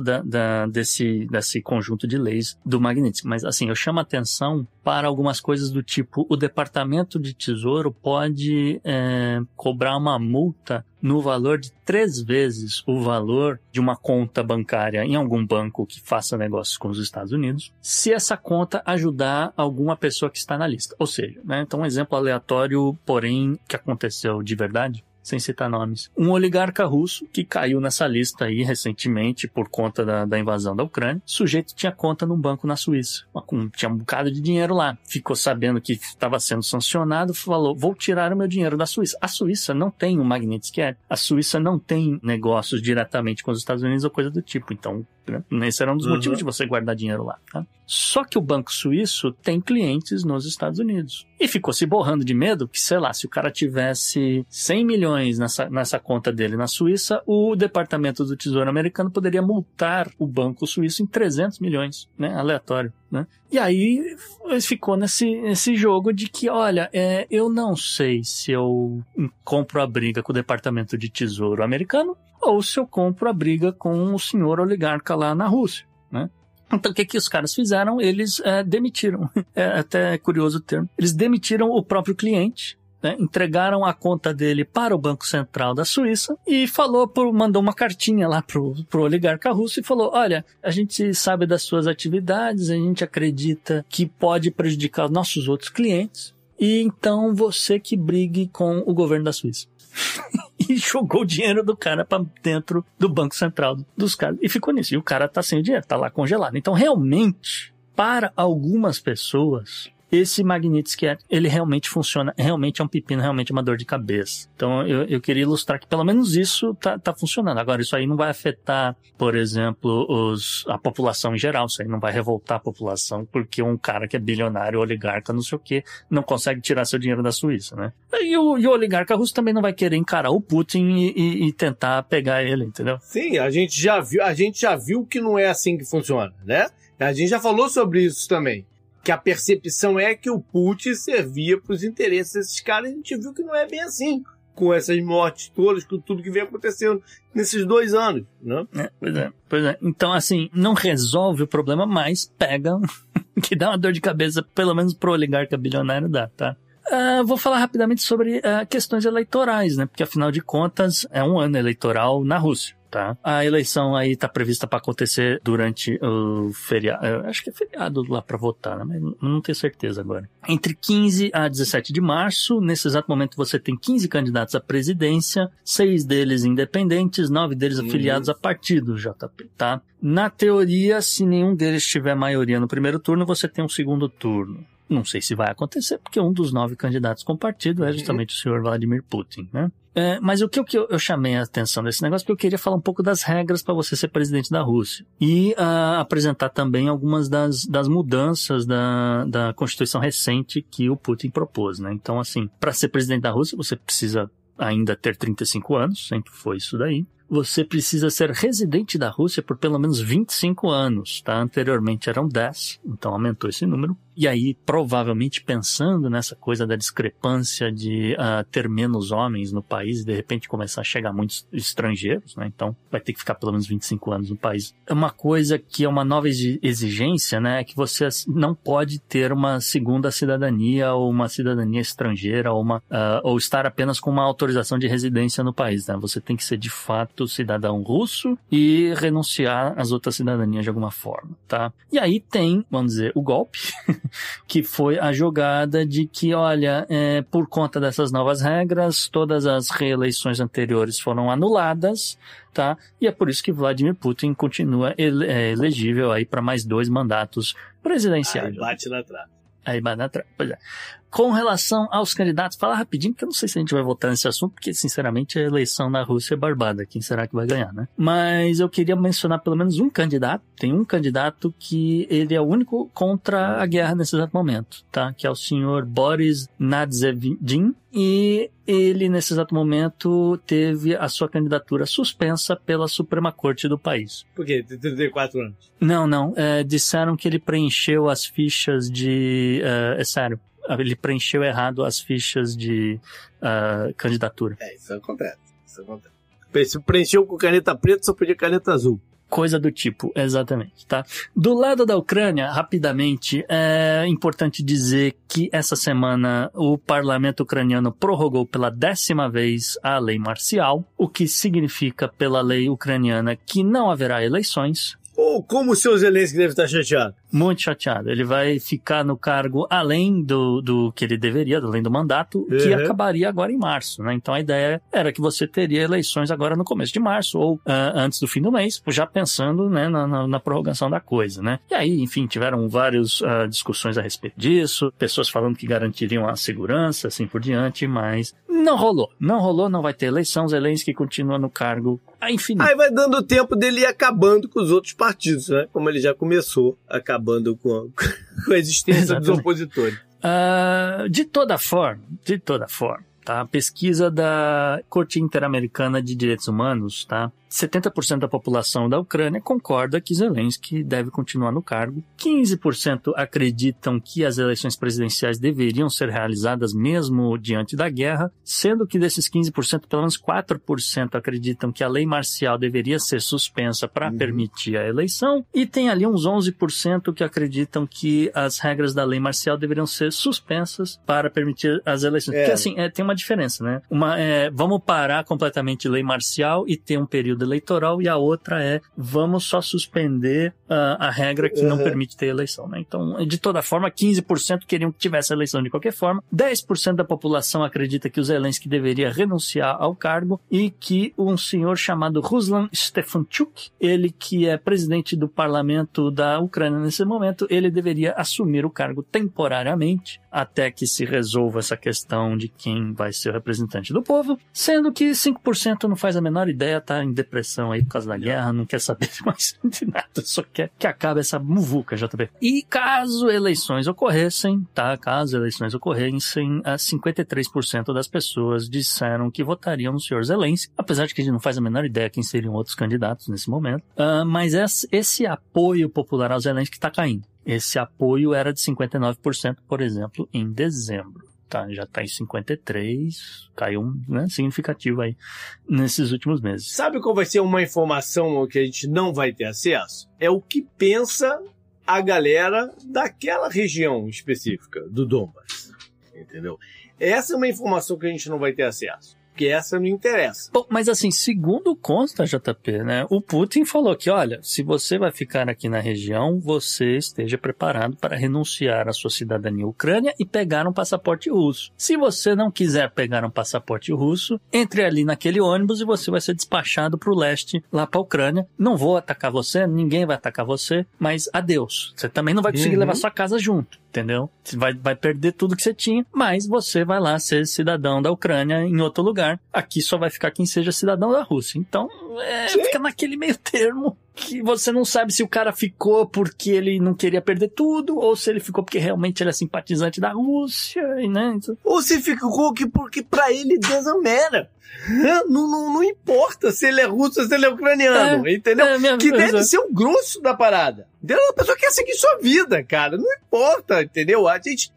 desse conjunto de leis do Magnitsky. Mas, assim, eu chamo a atenção para algumas coisas do tipo, o Departamento de Tesouro pode cobrar uma multa no valor de 3 vezes o valor de uma conta bancária em algum banco que faça negócios com os Estados Unidos, se essa conta ajudar alguma pessoa que está na lista. Ou seja, né, então um exemplo aleatório, porém, que aconteceu de verdade, sem citar nomes. Um oligarca russo que caiu nessa lista aí recentemente por conta da invasão da Ucrânia. O sujeito tinha conta num banco na Suíça. Tinha um bocado de dinheiro lá. Ficou sabendo que estava sendo sancionado, falou, vou tirar o meu dinheiro da Suíça. A Suíça não tem um Magnitsky Act. A Suíça não tem negócios diretamente com os Estados Unidos ou coisa do tipo. Então, esse era um dos motivos de você guardar dinheiro lá. Tá? Só que o banco suíço tem clientes nos Estados Unidos. E ficou se borrando de medo que, sei lá, se o cara tivesse 100 milhões nessa conta dele na Suíça, o Departamento do Tesouro americano poderia multar o banco suíço em 300 milhões, né? Aleatório, né? E aí ficou nesse jogo de que, olha, eu não sei se eu compro a briga com o Departamento de Tesouro americano ou se eu compro a briga com o senhor oligarca lá na Rússia, né? Então, o que os caras fizeram? Eles demitiram. É até curioso o termo. Eles demitiram o próprio cliente, né? Entregaram a conta dele para o Banco Central da Suíça e mandou uma cartinha lá pro oligarca russo e falou, olha, a gente sabe das suas atividades, a gente acredita que pode prejudicar os nossos outros clientes, e então você que brigue com o governo da Suíça. E jogou o dinheiro do cara pra dentro do Banco Central dos caras. E ficou nisso. E o cara tá sem dinheiro, tá lá congelado. Então, realmente, para algumas pessoas, esse Magnitsky Act, ele realmente funciona, realmente é um pepino, realmente é uma dor de cabeça. Então, eu queria ilustrar que pelo menos isso tá funcionando. Agora, isso aí não vai afetar, por exemplo, a população em geral. Isso aí não vai revoltar a população porque um cara que é bilionário, oligarca, não sei o quê, não consegue tirar seu dinheiro da Suíça, né? E o oligarca russo também não vai querer encarar o Putin e tentar pegar ele, entendeu? Sim, a gente já viu que não é assim que funciona, né? A gente já falou sobre isso também. Que a percepção é que o Putin servia para os interesses desses caras, e a gente viu que não é bem assim, com essas mortes todas, com tudo que vem acontecendo nesses 2 anos, né? Pois é. Então, assim, não resolve o problema, mas pega, que dá uma dor de cabeça, pelo menos pro oligarca bilionário dá, tá? Vou falar rapidamente sobre questões eleitorais, né? Porque, afinal de contas, é um ano eleitoral na Rússia. Tá? A eleição aí tá prevista para acontecer durante o feriado, acho que é feriado lá para votar, né? Mas não tenho certeza agora. Entre 15 a 17 de março, nesse exato momento você tem 15 candidatos à presidência, 6 deles independentes, 9 deles afiliados a partido, JP, tá? Na teoria, se nenhum deles tiver maioria no primeiro turno, você tem um segundo turno. Não sei se vai acontecer, porque um dos 9 candidatos com partido é justamente o senhor Vladimir Putin, né? Mas o que eu chamei a atenção desse negócio, porque eu queria falar um pouco das regras para você ser presidente da Rússia. E apresentar também algumas das mudanças da Constituição recente que o Putin propôs, né? Então, assim, para ser presidente da Rússia, você precisa ainda ter 35 anos, sempre foi isso daí. Você precisa ser residente da Rússia por pelo menos 25 anos, tá? Anteriormente eram 10, então aumentou esse número. E aí, provavelmente pensando nessa coisa da discrepância de ter menos homens no país e de repente começar a chegar muitos estrangeiros, né? Então vai ter que ficar pelo menos 25 anos no país. É uma coisa que é uma nova exigência, né? É que você não pode ter uma segunda cidadania ou uma cidadania estrangeira ou estar apenas com uma autorização de residência no país, né? Você tem que ser de fato cidadão russo e renunciar às outras cidadanias de alguma forma, tá? E aí tem, vamos dizer, o golpe, que foi a jogada de que, olha, por conta dessas novas regras, todas as reeleições anteriores foram anuladas, tá? E é por isso que Vladimir Putin continua elegível aí para mais 2 mandatos presidenciais. Aí bate na trave. Pois é. Com relação aos candidatos, fala rapidinho, porque eu não sei se a gente vai voltar nesse assunto, porque, sinceramente, a eleição na Rússia é barbada. Quem será que vai ganhar, né? Mas eu queria mencionar pelo menos um candidato. Tem um candidato que ele é o único contra a guerra nesse exato momento, tá? Que é o senhor Boris Nadezhdin. E ele, nesse exato momento, teve a sua candidatura suspensa pela Suprema Corte do país. Por quê? Tem 34 anos? Não. Disseram que ele preencheu as fichas de... é sério. ele preencheu errado as fichas de candidatura. Isso acontece. Se preencheu com caneta preta, só podia caneta azul. Coisa do tipo, exatamente, tá? Do lado da Ucrânia, rapidamente, é importante dizer que essa semana o parlamento ucraniano prorrogou pela 10ª vez a lei marcial, o que significa pela lei ucraniana que não haverá eleições. Ou como o seu Zelensky deve estar chateado? Muito chateado. Ele vai ficar no cargo além do que ele deveria, além do mandato, que acabaria agora em março, né? Então a ideia era que você teria eleições agora no começo de março ou antes do fim do mês, já pensando, né, na prorrogação da coisa, né? E aí, enfim, tiveram várias discussões a respeito disso, pessoas falando que garantiriam a segurança, assim por diante, mas não rolou. Não vai ter eleição, Zelensky continua no cargo a infinito. Aí vai dando tempo dele ir acabando com os outros partidos, né? Como ele já começou acabando com a existência dos opositores. De toda forma, tá? A pesquisa da Corte Interamericana de Direitos Humanos, tá? 70% da população da Ucrânia concorda que Zelensky deve continuar no cargo. 15% acreditam que as eleições presidenciais deveriam ser realizadas mesmo diante da guerra, sendo que desses 15%, pelo menos 4% acreditam que a lei marcial deveria ser suspensa para permitir a eleição, e tem ali uns 11% que acreditam que as regras da lei marcial deveriam ser suspensas para permitir as eleições. Porque assim, tem uma diferença, né? Vamos parar completamente lei marcial e ter um período eleitoral, e a outra vamos só suspender a regra que não permite ter eleição, né? Então, de toda forma, 15% queriam que tivesse eleição de qualquer forma, 10% da população acredita que o Zelensky deveria renunciar ao cargo e que um senhor chamado Ruslan Stefanchuk, ele que é presidente do parlamento da Ucrânia nesse momento, ele deveria assumir o cargo temporariamente até que se resolva essa questão de quem vai ser o representante do povo, sendo que 5% não faz a menor ideia, tá em depressão aí por causa da guerra, não quer saber mais de nada, só quer que acabe essa muvuca, JB. E caso eleições ocorressem, tá? Caso eleições ocorressem, 53% das pessoas disseram que votariam no senhor Zelensky, apesar de que a gente não faz a menor ideia quem seriam outros candidatos nesse momento, mas esse apoio popular ao Zelensky está caindo. Esse apoio era de 59%, por exemplo, em dezembro. Tá, já está em 53%, caiu significativo aí nesses últimos meses. Sabe qual vai ser uma informação que a gente não vai ter acesso? É o que pensa a galera daquela região específica, do Donbas. Entendeu? Essa é uma informação que a gente não vai ter acesso. Porque essa não interessa. Bom, mas assim, segundo consta, JP, né, o Putin falou que, olha, se você vai ficar aqui na região, você esteja preparado para renunciar à sua cidadania ucrânia e pegar um passaporte russo. Se você não quiser pegar um passaporte russo, entre ali naquele ônibus e você vai ser despachado para o leste, lá para a Ucrânia. Não vou atacar você, ninguém vai atacar você, mas adeus. Você também não vai conseguir levar sua casa junto. Entendeu? Você vai perder tudo que você tinha, mas você vai lá ser cidadão da Ucrânia em outro lugar. Aqui só vai ficar quem seja cidadão da Rússia. Então, fica naquele meio termo que você não sabe se o cara ficou porque ele não queria perder tudo, ou se ele ficou porque realmente ele é simpatizante da Rússia, né? Ou se ficou porque pra ele desamera. Não importa se ele é russo ou se ele é ucraniano, entendeu? Que deve ser o grosso da parada. A pessoa quer seguir sua vida, cara. Não importa, entendeu? A gente,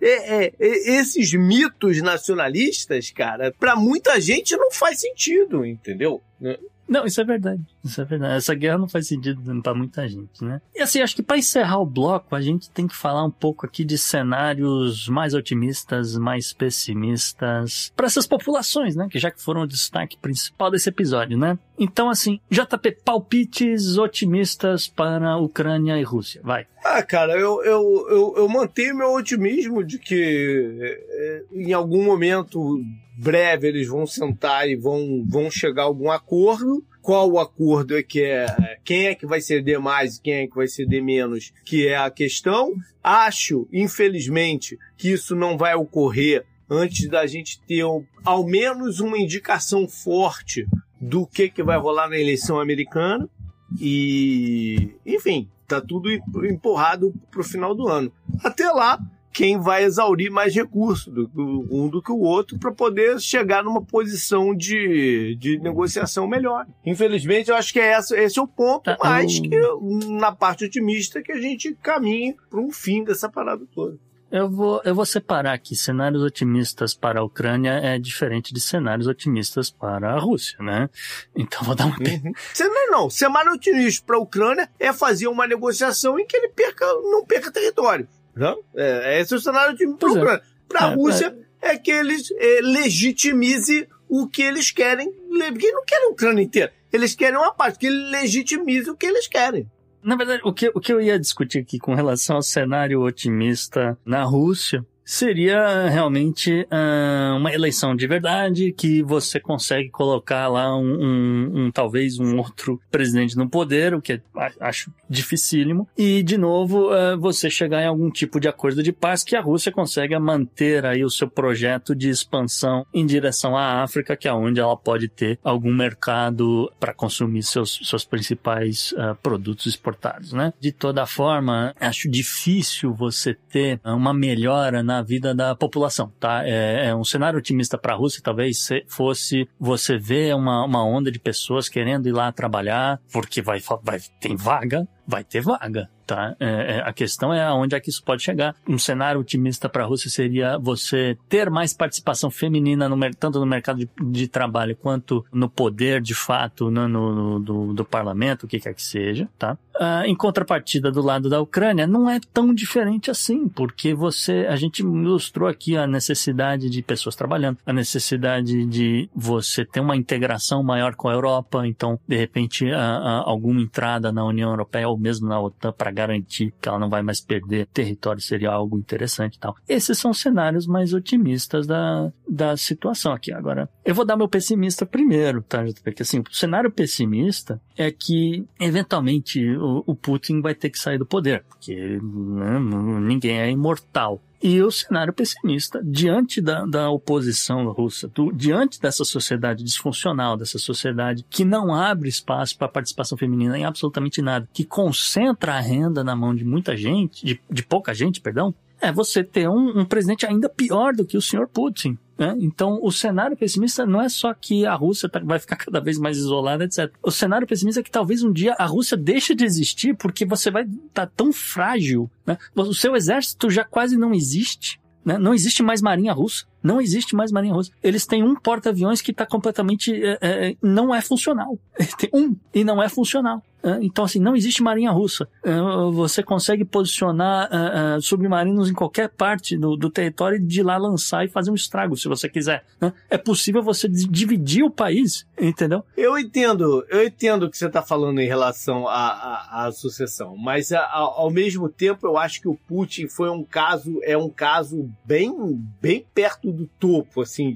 esses mitos nacionalistas, cara, pra muita gente não faz sentido, entendeu? Não, isso é verdade. Essa guerra não faz sentido pra muita gente, né? E assim, acho que pra encerrar o bloco, a gente tem que falar um pouco aqui de cenários mais otimistas, mais pessimistas pra essas populações, né? Que já que foram o destaque principal desse episódio, né? Então, assim, JP, palpites otimistas para Ucrânia e Rússia. Vai. Cara, eu mantenho meu otimismo de que em algum momento breve eles vão sentar e vão chegar a algum acordo. Qual o acordo quem é que vai ceder mais e quem é que vai ceder menos, que é a questão. Acho, infelizmente, que isso não vai ocorrer antes da gente ter ao menos uma indicação forte do que vai rolar na eleição americana. E, enfim, tá tudo empurrado pro final do ano. Até lá, quem vai exaurir mais recursos do que o outro para poder chegar numa posição de negociação melhor. Infelizmente, eu acho que esse é o ponto, mais que na parte otimista que a gente caminha para um fim dessa parada toda. Eu vou separar aqui. Cenários otimistas para a Ucrânia é diferente de cenários otimistas para a Rússia, né? Então vou dar uma... Cenário otimista para a Ucrânia é fazer uma negociação em que ele não perca território. Né? Esse é o cenário otimista para a Ucrânia. Para a Rússia é que eles legitimizem o que eles querem. Porque eles não querem a Ucrânia inteira. Eles querem uma parte, que ele legitimize o que eles querem. Na verdade, o que eu ia discutir aqui com relação ao cenário otimista na Rússia seria realmente uma eleição de verdade, que você consegue colocar lá talvez um outro presidente no poder, o que acho dificílimo, e de novo você chegar em algum tipo de acordo de paz que a Rússia consiga manter aí o seu projeto de expansão em direção à África, que é onde ela pode ter algum mercado para consumir seus principais produtos exportados, né? De toda forma, acho difícil você ter uma melhora na vida da população, tá? É um cenário otimista para a Rússia, talvez fosse você ver uma onda de pessoas querendo ir lá trabalhar, porque tem vaga, vai ter vaga, tá? A questão é aonde é que isso pode chegar. Um cenário otimista para a Rússia seria você ter mais participação feminina tanto no mercado de trabalho quanto no poder, de fato, do parlamento, o que quer que seja, tá? Em contrapartida, do lado da Ucrânia, não é tão diferente assim, porque a gente ilustrou aqui a necessidade de pessoas trabalhando, a necessidade de você ter uma integração maior com a Europa, então, de repente, alguma entrada na União Europeia ou mesmo na OTAN para garantir que ela não vai mais perder território seria algo interessante e tal. Esses são cenários mais otimistas da situação aqui. Agora, eu vou dar meu pessimista primeiro, tá? Porque assim, o cenário pessimista é que, eventualmente, o Putin vai ter que sair do poder, porque ninguém é imortal. E o cenário pessimista, diante da oposição russa, diante dessa sociedade disfuncional, dessa sociedade que não abre espaço para a participação feminina em absolutamente nada, que concentra a renda na mão de muita gente, de pouca gente, perdão, é você ter um presidente ainda pior do que o senhor Putin. Né? Então, o cenário pessimista não é só que a Rússia vai ficar cada vez mais isolada, etc. O cenário pessimista é que talvez um dia a Rússia deixe de existir porque você vai estar tão frágil. Né? O seu exército já quase não existe. Né? Não existe mais marinha russa. Não existe mais marinha russa. Eles têm um porta-aviões que está completamente... não é funcional. Tem e não é funcional. Então, assim, não existe marinha russa. Você consegue posicionar submarinos em qualquer parte do território e de lá lançar e fazer um estrago, se você quiser. Né? É possível você dividir o país, entendeu? Eu entendo o que você está falando em relação à sucessão, mas ao mesmo tempo eu acho que o Putin é um caso bem perto do topo, assim,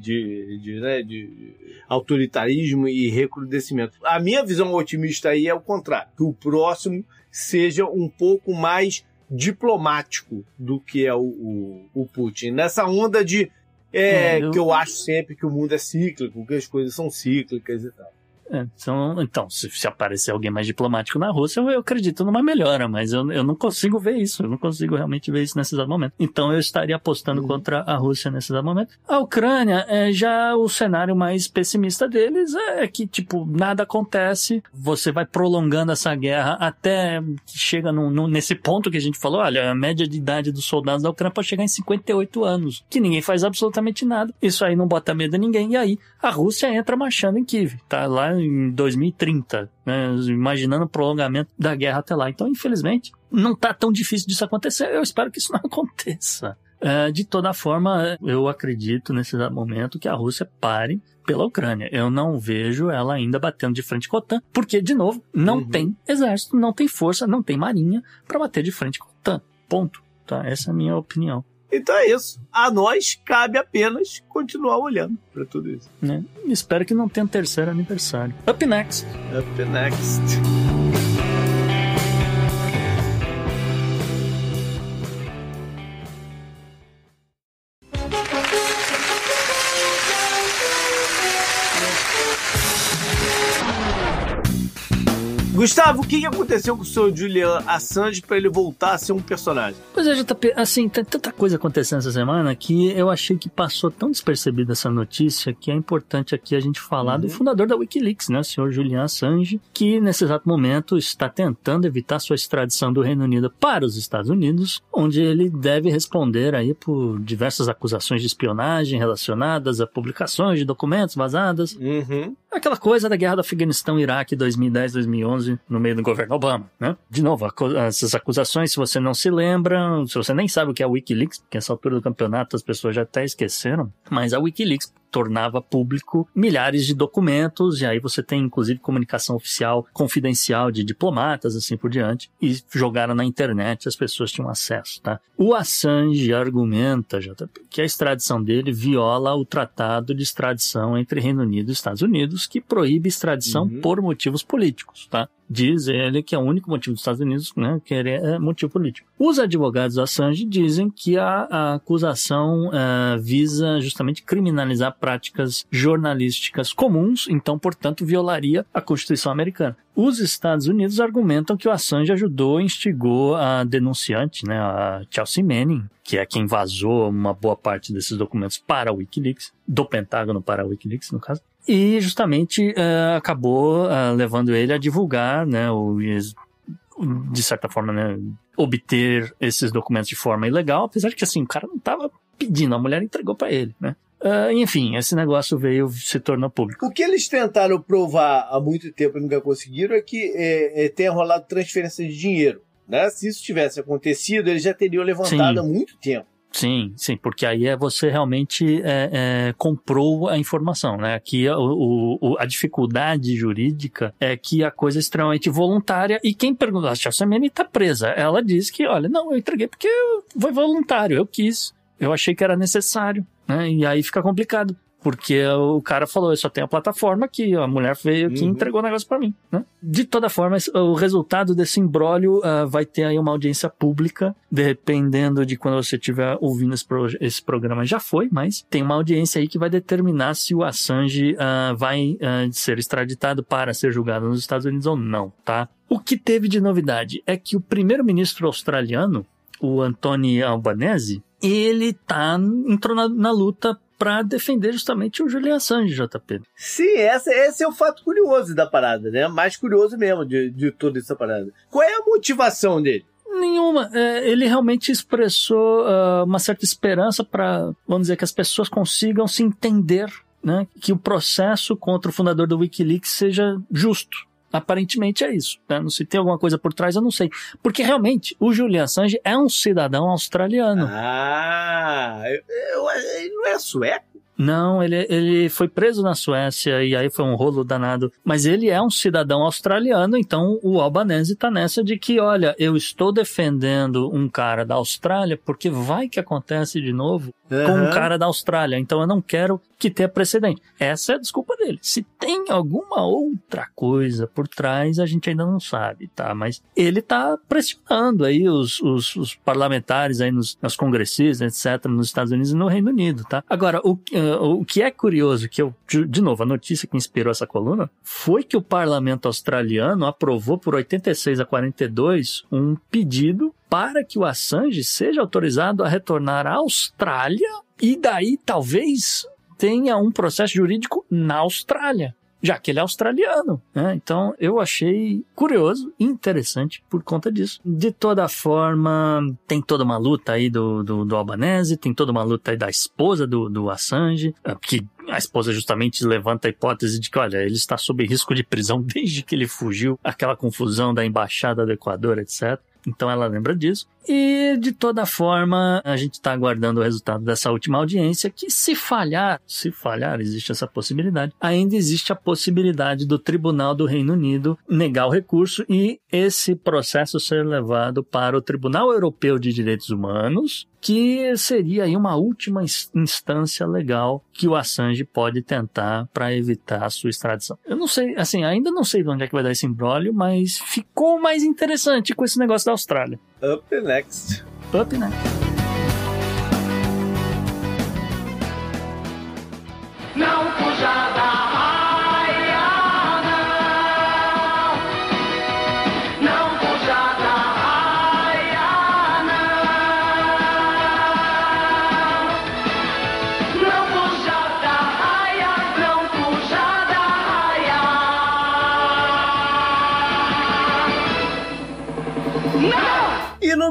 de autoritarismo e recrudescimento. A minha visão otimista aí é o contrário, que o próximo seja um pouco mais diplomático do que é o Putin. Nessa onda que eu acho sempre que o mundo é cíclico, que as coisas são cíclicas e tal. Então, se aparecer alguém mais diplomático na Rússia, eu acredito numa melhora, mas eu não consigo ver isso, eu não consigo realmente ver isso nesse exato momento. Então eu estaria apostando contra a Rússia nesse exato momento. A Ucrânia, já o cenário mais pessimista deles é que, tipo, nada acontece, você vai prolongando essa guerra até que chega nesse ponto que a gente falou, olha, a média de idade dos soldados da Ucrânia pode chegar em 58 anos, que ninguém faz absolutamente nada, isso aí não bota medo em ninguém, e aí a Rússia entra marchando em Kiev, tá lá em 2030, né, imaginando o prolongamento da guerra até lá. Então, infelizmente, não tá tão difícil disso acontecer. Eu espero que isso não aconteça. De toda forma, eu acredito nesse momento que a Rússia pare pela Ucrânia. Eu não vejo ela ainda batendo de frente com a OTAN, porque, de novo, não tem exército, não tem força, não tem marinha para bater de frente com a OTAN. Ponto. Tá? Essa é a minha opinião. Então é isso. A nós cabe apenas continuar olhando para tudo isso. Né? Espero que não tenha um terceiro aniversário. Up next. Up next. Gustavo, o que aconteceu com o seu Julian Assange para ele voltar a ser um personagem? Pois é, JP, assim, tem tanta coisa acontecendo essa semana que eu achei que passou tão despercebida essa notícia que é importante aqui a gente falar do fundador da Wikileaks, né, o senhor Julian Assange, que nesse exato momento está tentando evitar sua extradição do Reino Unido para os Estados Unidos, onde ele deve responder aí por diversas acusações de espionagem relacionadas a publicações de documentos vazadas. Aquela coisa da guerra do Afeganistão, Iraque, 2010, 2011, no meio do governo Obama, né? De novo, essas acusações, se você não se lembra, se você nem sabe o que é a Wikileaks, porque nessa altura do campeonato as pessoas já até esqueceram, mas a Wikileaks tornava público milhares de documentos, e aí você tem inclusive comunicação oficial confidencial de diplomatas, assim por diante, e jogaram na internet, as pessoas tinham acesso, tá? O Assange argumenta, JP, que a extradição dele viola o Tratado de Extradição entre Reino Unido e Estados Unidos, que proíbe extradição por motivos políticos, tá? Diz ele que é o único motivo dos Estados Unidos, né, que é motivo político. Os advogados do Assange dizem que a acusação visa justamente criminalizar práticas jornalísticas comuns, então, portanto, violaria a Constituição americana. Os Estados Unidos argumentam que o Assange ajudou e instigou a denunciante, né, a Chelsea Manning, que é quem vazou uma boa parte desses documentos para a Wikileaks, do Pentágono para a Wikileaks, no caso, e justamente acabou levando ele a divulgar, né, de certa forma, né, obter esses documentos de forma ilegal, apesar de que, assim, o cara não estava pedindo, a mulher entregou para ele, né. Enfim, esse negócio se tornou público. O que eles tentaram provar há muito tempo e nunca conseguiram é que tenha rolado transferência de dinheiro, né? Se isso tivesse acontecido, eles já teriam levantado há muito tempo. Sim, porque aí você realmente comprou a informação, né? Aqui a dificuldade jurídica é que a coisa é extremamente voluntária, e quem perguntou, a Chelsea Manning está presa. Ela diz que, olha, não, eu entreguei porque foi voluntário, eu quis, eu achei que era necessário, né? E aí fica complicado, porque o cara falou, eu só tenho a plataforma aqui, a mulher veio aqui e entregou o negócio pra mim, né? De toda forma, o resultado desse imbróglio vai ter aí uma audiência pública, dependendo de quando você estiver ouvindo esse programa, já foi, mas tem uma audiência aí que vai determinar se o Assange vai ser extraditado para ser julgado nos Estados Unidos ou não, tá? O que teve de novidade é que o primeiro-ministro australiano, o Anthony Albanese, ele entrou na luta para defender justamente o Julian Assange, JP. Sim, esse é o fato curioso da parada, né? Mais curioso mesmo de toda essa parada. Qual é a motivação dele? Nenhuma. Ele realmente expressou uma certa esperança para, vamos dizer, que as pessoas consigam se entender, né? Que o processo contra o fundador do Wikileaks seja justo. Aparentemente é isso, né? Se tem alguma coisa por trás, eu não sei. Porque realmente, o Julian Assange é um cidadão australiano. Ele não é sueco? Não, ele foi preso na Suécia e aí foi um rolo danado. Mas ele é um cidadão australiano, então o Albanese tá nessa de que, olha, eu estou defendendo um cara da Austrália porque vai que acontece de novo com um cara da Austrália. Então eu não quero que tenha precedente. Essa é a desculpa dele. Se tem alguma outra coisa por trás, a gente ainda não sabe, tá? Mas ele tá pressionando aí os parlamentares aí nos congressistas, etc., nos Estados Unidos e no Reino Unido, tá? Agora, o que é curioso, de novo, a notícia que inspirou essa coluna, foi que o parlamento australiano aprovou por 86-42 um pedido para que o Assange seja autorizado a retornar à Austrália e daí talvez tenha um processo jurídico na Austrália, já que ele é australiano, né? Então eu achei curioso e interessante por conta disso. De toda forma, tem toda uma luta aí do Albanese, tem toda uma luta aí da esposa do Assange, que a esposa justamente levanta a hipótese de que, olha, ele está sob risco de prisão desde que ele fugiu, aquela confusão da embaixada do Equador, etc. Então ela lembra disso. E, de toda forma, a gente está aguardando o resultado dessa última audiência, que se falhar, existe essa possibilidade, ainda existe a possibilidade do Tribunal do Reino Unido negar o recurso e esse processo ser levado para o Tribunal Europeu de Direitos Humanos, que seria aí uma última instância legal que o Assange pode tentar para evitar a sua extradição. Eu não sei, assim, ainda não sei de onde é que vai dar esse imbróglio, mas ficou mais interessante com esse negócio da Austrália. Up next. Não fuja da raia, não.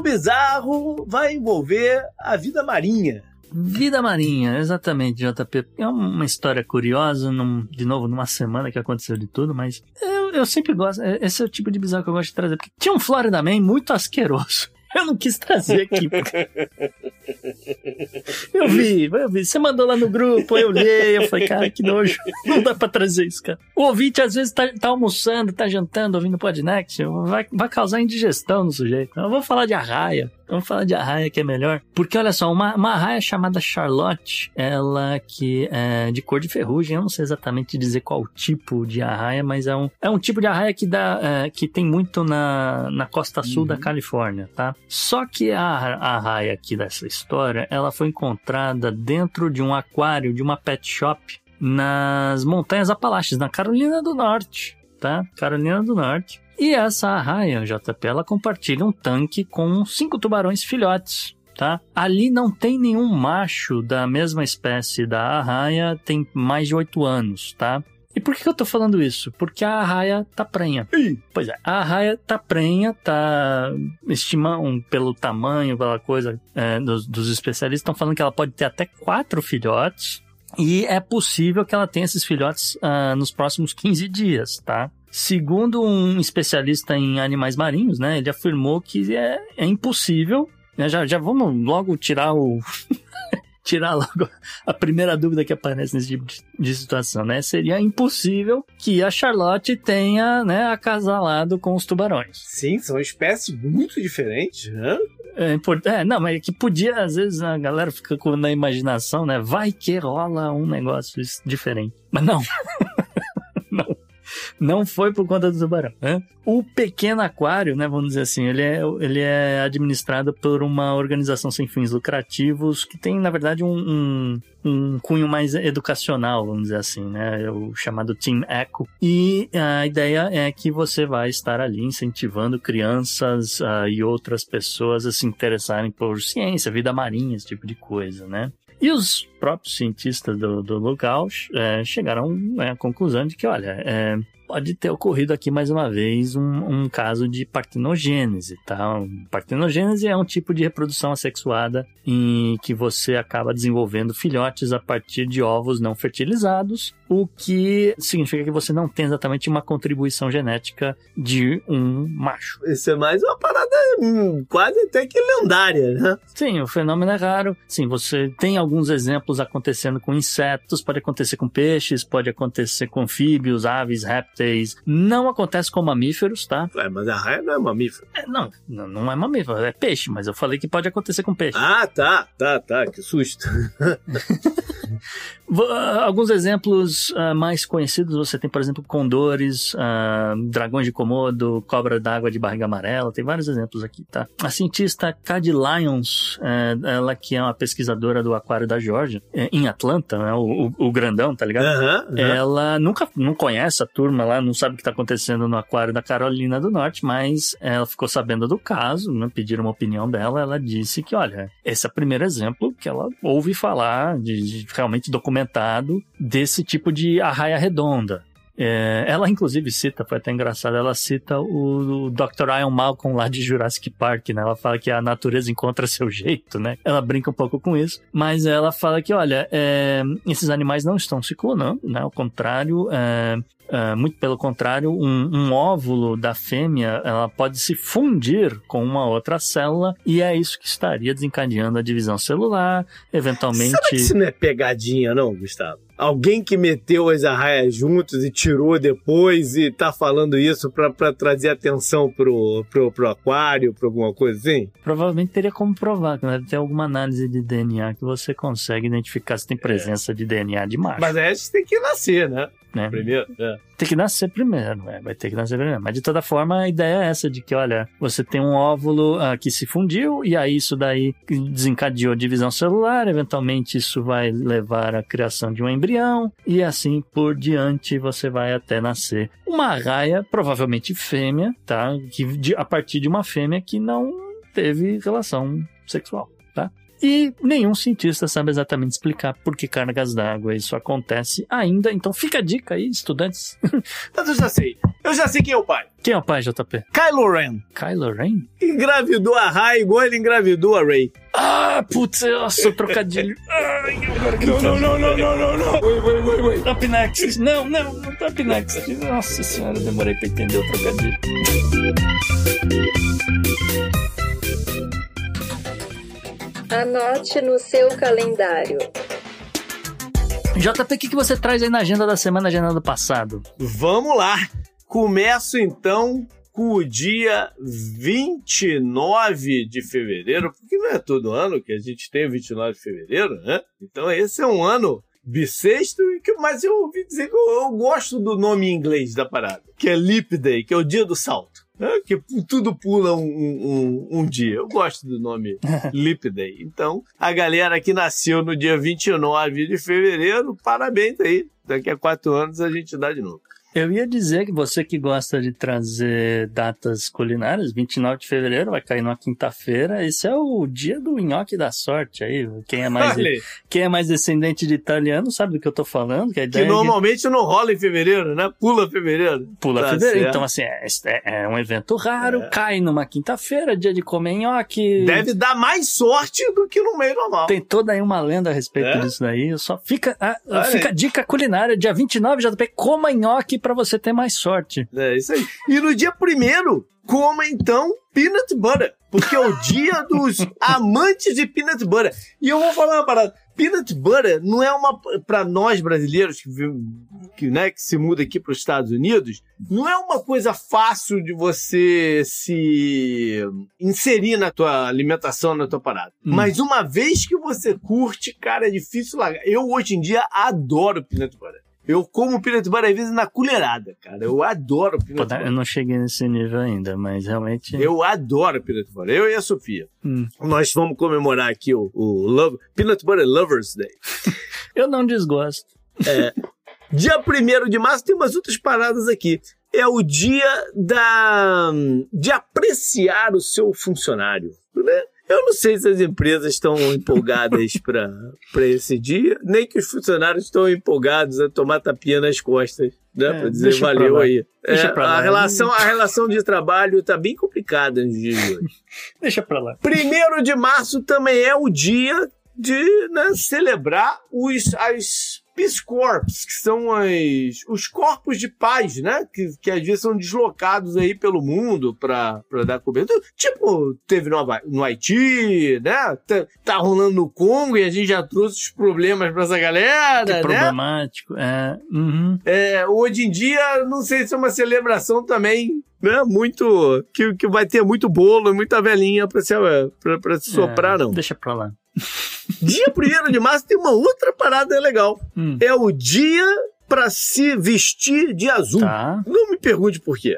bizarro vai envolver a vida marinha. Vida marinha, exatamente, JP. É uma história curiosa, de novo, numa semana que aconteceu de tudo, mas eu sempre gosto, esse é o tipo de bizarro que eu gosto de trazer, porque tinha um Florida Man muito asqueroso. Eu não quis trazer aqui. Eu vi. Você mandou lá no grupo, eu olhei, eu falei, cara, que nojo. Não dá pra trazer isso, cara. O ouvinte, às vezes, tá almoçando, tá jantando, ouvindo o Podnext, vai causar indigestão no sujeito. Eu vou falar de arraia. Vamos falar de arraia, que é melhor. Porque, olha só, uma arraia chamada Charlotte, ela que é de cor de ferrugem, eu não sei exatamente dizer qual tipo de arraia, mas é um tipo de arraia que tem muito na costa sul da Califórnia, tá? Só que a arraia aqui dessa história, ela foi encontrada dentro de um aquário, de uma pet shop, nas Montanhas Apalaches, na Carolina do Norte, tá? Carolina do Norte. E essa arraia, JP, ela compartilha um tanque com 5 tubarões filhotes, tá? Ali não tem nenhum macho da mesma espécie da arraia, tem mais de 8 anos, tá? E por que eu tô falando isso? Porque a arraia tá prenha. Pois é, a arraia tá prenha, estimando pelo tamanho, pela coisa dos especialistas, estão falando que ela pode ter até 4 filhotes, e é possível que ela tenha esses filhotes nos próximos 15 dias, tá? Segundo um especialista em animais marinhos, né, ele afirmou que é impossível, né, já vamos logo tirar logo a primeira dúvida que aparece nesse tipo de situação, né? Seria impossível que a Charlotte tenha, né, acasalado com os tubarões. Sim, são espécies muito diferentes, né? Não, mas é que podia, às vezes, a galera fica na imaginação, né? Vai que rola um negócio diferente. Mas não. Não foi por conta do tubarão, né? O pequeno aquário, né, vamos dizer assim, ele é administrado por uma organização sem fins lucrativos que tem, na verdade, um cunho mais educacional, vamos dizer assim, né? O chamado Team Echo. E a ideia é que você vai estar ali incentivando crianças e outras pessoas a se interessarem por ciência, vida marinha, esse tipo de coisa, né? E os próprios cientistas do local chegaram à conclusão de que, olha, pode ter ocorrido aqui mais uma vez um caso de partenogênese, tá? Partenogênese é um tipo de reprodução assexuada em que você acaba desenvolvendo filhotes a partir de ovos não fertilizados, o que significa que você não tem exatamente uma contribuição genética de um macho. Isso é mais uma parada quase até que lendária, né? Sim, o fenômeno é raro. Sim, você tem alguns exemplos acontecendo com insetos, pode acontecer com peixes, pode acontecer com anfíbios, aves, répteis. Não acontece com mamíferos, tá? Mas a arraia não é mamífero. Não é mamífero, é peixe, mas eu falei que pode acontecer com peixe. Ah, tá, que susto. Alguns exemplos mais conhecidos, você tem, por exemplo, condores, dragões de Komodo, cobra d'água de barriga amarela, tem vários exemplos aqui, tá? A cientista Cady Lyons, ela que é uma pesquisadora do aquário da Geórgia, em Atlanta, né, o grandão, tá ligado? Ela não conhece a turma lá, não sabe o que tá acontecendo no aquário da Carolina do Norte, mas ela ficou sabendo do caso, né, pediram uma opinião dela, ela disse que, olha, esse é o primeiro exemplo que ela ouve falar de realmente documentado desse tipo de arraia redonda. Ela inclusive cita, foi até engraçado, ela cita o Dr. Ian Malcolm lá de Jurassic Park, né? Ela fala que a natureza encontra seu jeito, né? Ela brinca um pouco com isso, mas ela fala que, olha, esses animais não estão se clonando, né? Ao contrário, muito pelo contrário, um óvulo da fêmea, ela pode se fundir com uma outra célula e é isso que estaria desencadeando a divisão celular, eventualmente... Será que isso não é pegadinha, não, Gustavo? Alguém que meteu as arraias juntos e tirou depois e tá falando isso pra trazer atenção pro aquário, pra alguma coisa assim? Provavelmente teria como provar, que deve ter alguma análise de DNA que você consegue identificar se tem presença de DNA de macho. Mas aí a gente tem que nascer, né? Primeiro, tem que nascer primeiro, vai ter que nascer primeiro. Mas de toda forma, a ideia é essa, de que, olha, você tem um óvulo que se fundiu, e aí isso daí desencadeou divisão celular, eventualmente isso vai levar à criação de um embrião, e assim por diante você vai até nascer uma arraia, provavelmente fêmea, tá? A partir de uma fêmea que não teve relação sexual, tá? E nenhum cientista sabe exatamente explicar por que cargas d'água isso acontece ainda. Então fica a dica aí, estudantes. Mas eu já sei. Eu já sei quem é o pai. Quem é o pai, JP? Kylo Ren. Kylo Ren? Engravidou a Rey igual ele engravidou a Rey. Ah, putz, nossa, trocadilho. Ai, agora que não. Wait. Up next. Não, up next. Nossa senhora, demorei pra entender o trocadilho. Anote no seu calendário. JP, o que você traz aí na agenda da semana, agenda do passado? Vamos lá. Começo então com o dia 29 de fevereiro, porque não é todo ano que a gente tem 29 de fevereiro, né? Então esse é um ano bissexto, mas eu ouvi dizer que eu gosto do nome em inglês da parada, que é Leap Day, que é o dia do salto. Que tudo pula um dia. Eu gosto do nome Leap Day. Então, a galera que nasceu no dia 29 de fevereiro, parabéns aí. Daqui a 4 anos a gente dá de novo. Eu ia dizer que você que gosta de trazer datas culinárias, 29 de fevereiro vai cair numa quinta-feira, esse é o dia do nhoque da sorte aí. Quem é mais descendente de italiano sabe do que eu tô falando. Que normalmente não rola em fevereiro, né? Pula fevereiro. Pula fevereiro. Certo. Então, assim, é um evento raro, cai numa quinta-feira, dia de comer nhoque. Deve dar mais sorte do que no meio normal. Tem toda aí uma lenda a respeito disso daí. Fica a dica culinária, dia 29, JP, coma nhoque pra você ter mais sorte. É isso aí. E no dia 1º, coma então peanut butter, porque é o dia dos amantes de peanut butter. E eu vou falar uma parada. Peanut butter não é para nós brasileiros que se muda aqui para os Estados Unidos, não é uma coisa fácil de você se inserir na tua alimentação, na tua parada. Mas uma vez que você curte, cara, é difícil largar. Eu hoje em dia adoro peanut butter. Eu como peanut butter às vezes na colherada, cara. Eu adoro peanut butter. Eu não cheguei nesse nível ainda, mas realmente... Eu adoro peanut butter. Eu e a Sofia. Nós vamos comemorar aqui o Peanut Butter Lovers Day. Eu não desgosto. Dia 1º de março tem umas outras paradas aqui. É o dia de apreciar o seu funcionário, né? Eu não sei se as empresas estão empolgadas para esse dia, nem que os funcionários estão empolgados a tomar tapinha nas costas, né? Para dizer valeu aí. A relação de trabalho está bem complicada nos dias de hoje. Deixa para lá. 1º de março também é o dia de celebrar as Peace Corps, que são os corpos de paz, né? Que às vezes são deslocados aí pelo mundo para dar cobertura. Tipo, teve no Haiti, né? Tá rolando no Congo e a gente já trouxe os problemas para essa galera, né? Problemático, hoje em dia, não sei se é uma celebração também, né? Muito... Que vai ter muito bolo e muita velhinha para se soprar, não. Deixa pra lá. Dia 1º de março tem uma outra parada legal. É o dia para se vestir de azul. Tá. Não me pergunte por quê.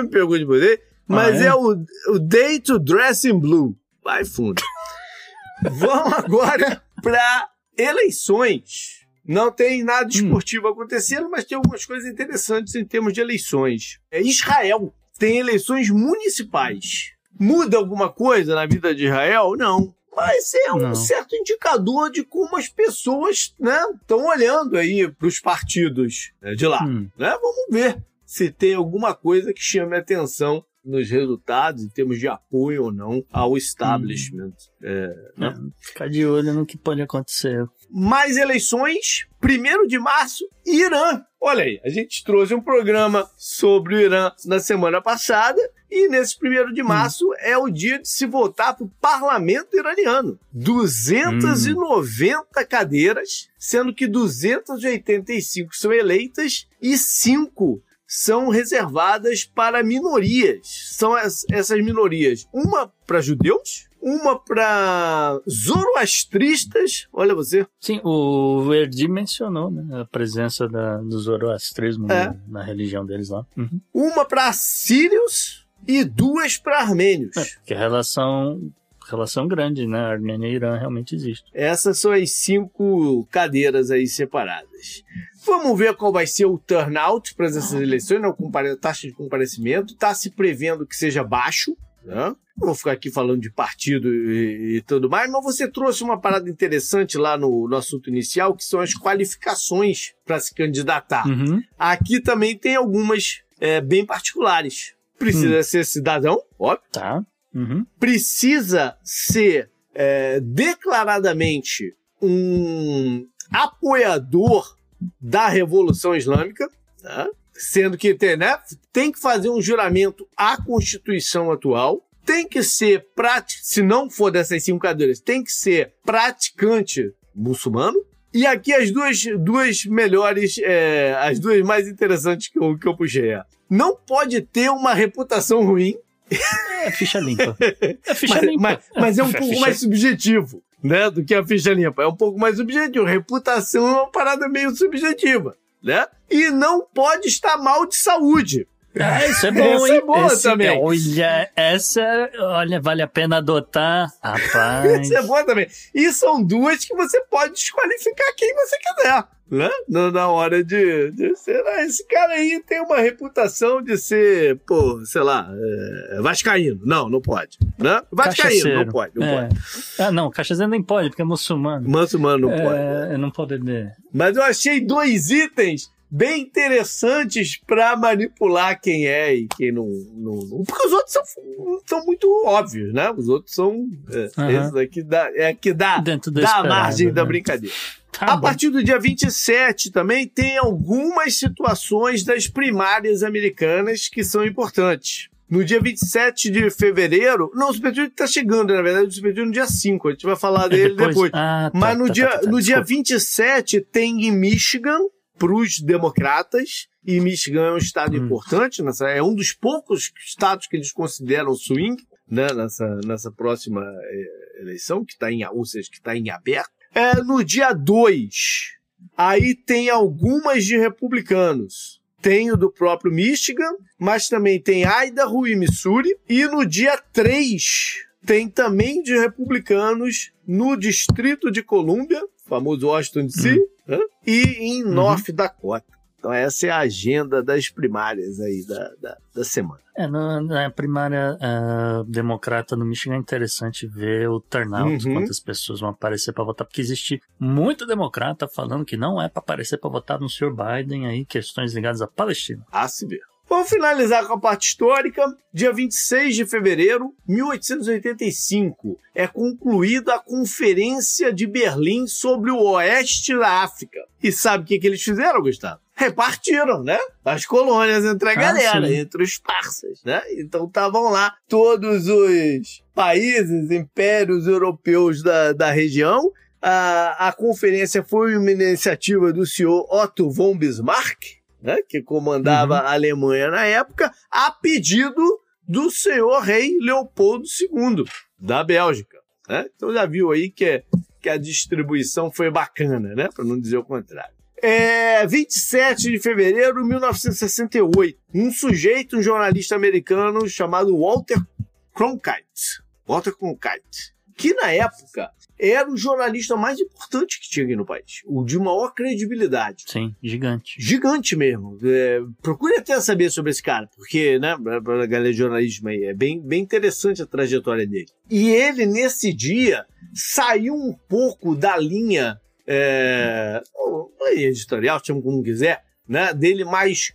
Mas é o Day to Dress in Blue. Vai fundo. Vamos agora para eleições. Não tem nada esportivo acontecendo, mas tem algumas coisas interessantes em termos de eleições. Israel tem eleições municipais. Muda alguma coisa na vida de Israel? Não. Mas é um certo indicador de como as pessoas, né, estão olhando aí para os partidos de lá. Né? Vamos ver se tem alguma coisa que chame a atenção nos resultados, em termos de apoio ou não ao establishment. Né? Ficar de olho no que pode acontecer. Mais eleições, 1º de março, Irã. Olha aí, a gente trouxe um programa sobre o Irã na semana passada e nesse 1º de março é o dia de se votar para o parlamento iraniano. 290 cadeiras, sendo que 285 são eleitas e 5 são reservadas para minorias. São essas minorias, uma para judeus, uma para zoroastristas, olha você. Sim, o Verdi mencionou, né, a presença do zoroastrismo na religião deles lá. Uma para sírios e 2 para armênios. Que relação grande, né? A Armênia e Irã realmente existe. Essas são as 5 cadeiras aí separadas. Vamos ver qual vai ser o turnout para essas eleições, né? A taxa de comparecimento. Está se prevendo que seja baixo, né? Não vou ficar aqui falando de partido e tudo mais, mas você trouxe uma parada interessante lá no assunto inicial, que são as qualificações para se candidatar. Aqui também tem algumas bem particulares. Precisa ser cidadão, óbvio. Tá. Uhum. Precisa ser declaradamente um apoiador da Revolução Islâmica, tá? Sendo que tem que fazer um juramento à Constituição atual, tem que ser, se não for dessas 5 cadeiras, tem que ser praticante muçulmano. E aqui as duas melhores, as duas mais interessantes que eu puxei. Não pode ter uma reputação ruim. É ficha limpa. É ficha limpa. Mas é um pouco mais subjetivo, né, do que a ficha limpa. É um pouco mais subjetivo. Reputação é uma parada meio subjetiva, né? E não pode estar mal de saúde. Isso é bom, hein? É boa também. Olha, vale a pena adotar, rapaz. Isso é boa também. E são 2 que você pode desqualificar quem você quiser, né? Na hora de ser, esse cara aí tem uma reputação de ser, vascaíno. Não pode, né? Vascaíno, não pode. Não, cachaceiro nem pode, porque é muçulmano. Muçulmano não pode. Não pode beber. Mas eu achei 2 itens bem interessantes para manipular quem é e quem não. Porque os outros são muito óbvios, né? Os outros são. Esses aqui dá a margem da brincadeira. A partir do dia 27 também tem algumas situações das primárias americanas que são importantes. No dia 27 de fevereiro... Não, o Super Tuesday tá chegando, na verdade. O Super Tuesday no dia 5. A gente vai falar dele depois. Mas no dia 27 tem em Michigan, para os democratas, e Michigan é um estado importante, é um dos poucos estados que eles consideram swing, né, nessa próxima eleição, que está em aberto. No dia 2, aí tem algumas de republicanos. Tem o do próprio Michigan, mas também tem Idaho e Missouri. E no dia 3, tem também de republicanos no Distrito de Colômbia, famoso Washington DC, e em North Dakota. Então essa é a agenda das primárias aí da semana. Na primária democrata no Michigan é interessante ver o turnout, quantas pessoas vão aparecer para votar, porque existe muito democrata falando que não é para aparecer para votar no Sr. Biden aí, questões ligadas à Palestina. Se vê. Vamos finalizar com a parte histórica. Dia 26 de fevereiro de 1885 é concluída a Conferência de Berlim sobre o Oeste da África. E sabe o que eles fizeram, Gustavo? Repartiram, né? As colônias entre a galera, entre os parças, né? Então estavam lá todos os países, impérios europeus da região. A conferência foi uma iniciativa do senhor Otto von Bismarck, né, que comandava a Alemanha na época, a pedido do senhor rei Leopoldo II, da Bélgica. Né? Então já viu aí que a distribuição foi bacana, né, para não dizer o contrário. 27 de fevereiro de 1968, um jornalista americano chamado Walter Cronkite, que na época era o jornalista mais importante que tinha aqui no país, o de maior credibilidade. Sim, gigante. Gigante mesmo. Procure até saber sobre esse cara, porque, né, para a galera de jornalismo aí, é bem interessante a trajetória dele. E ele, nesse dia, saiu um pouco da linha editorial, chama como quiser, né, dele mais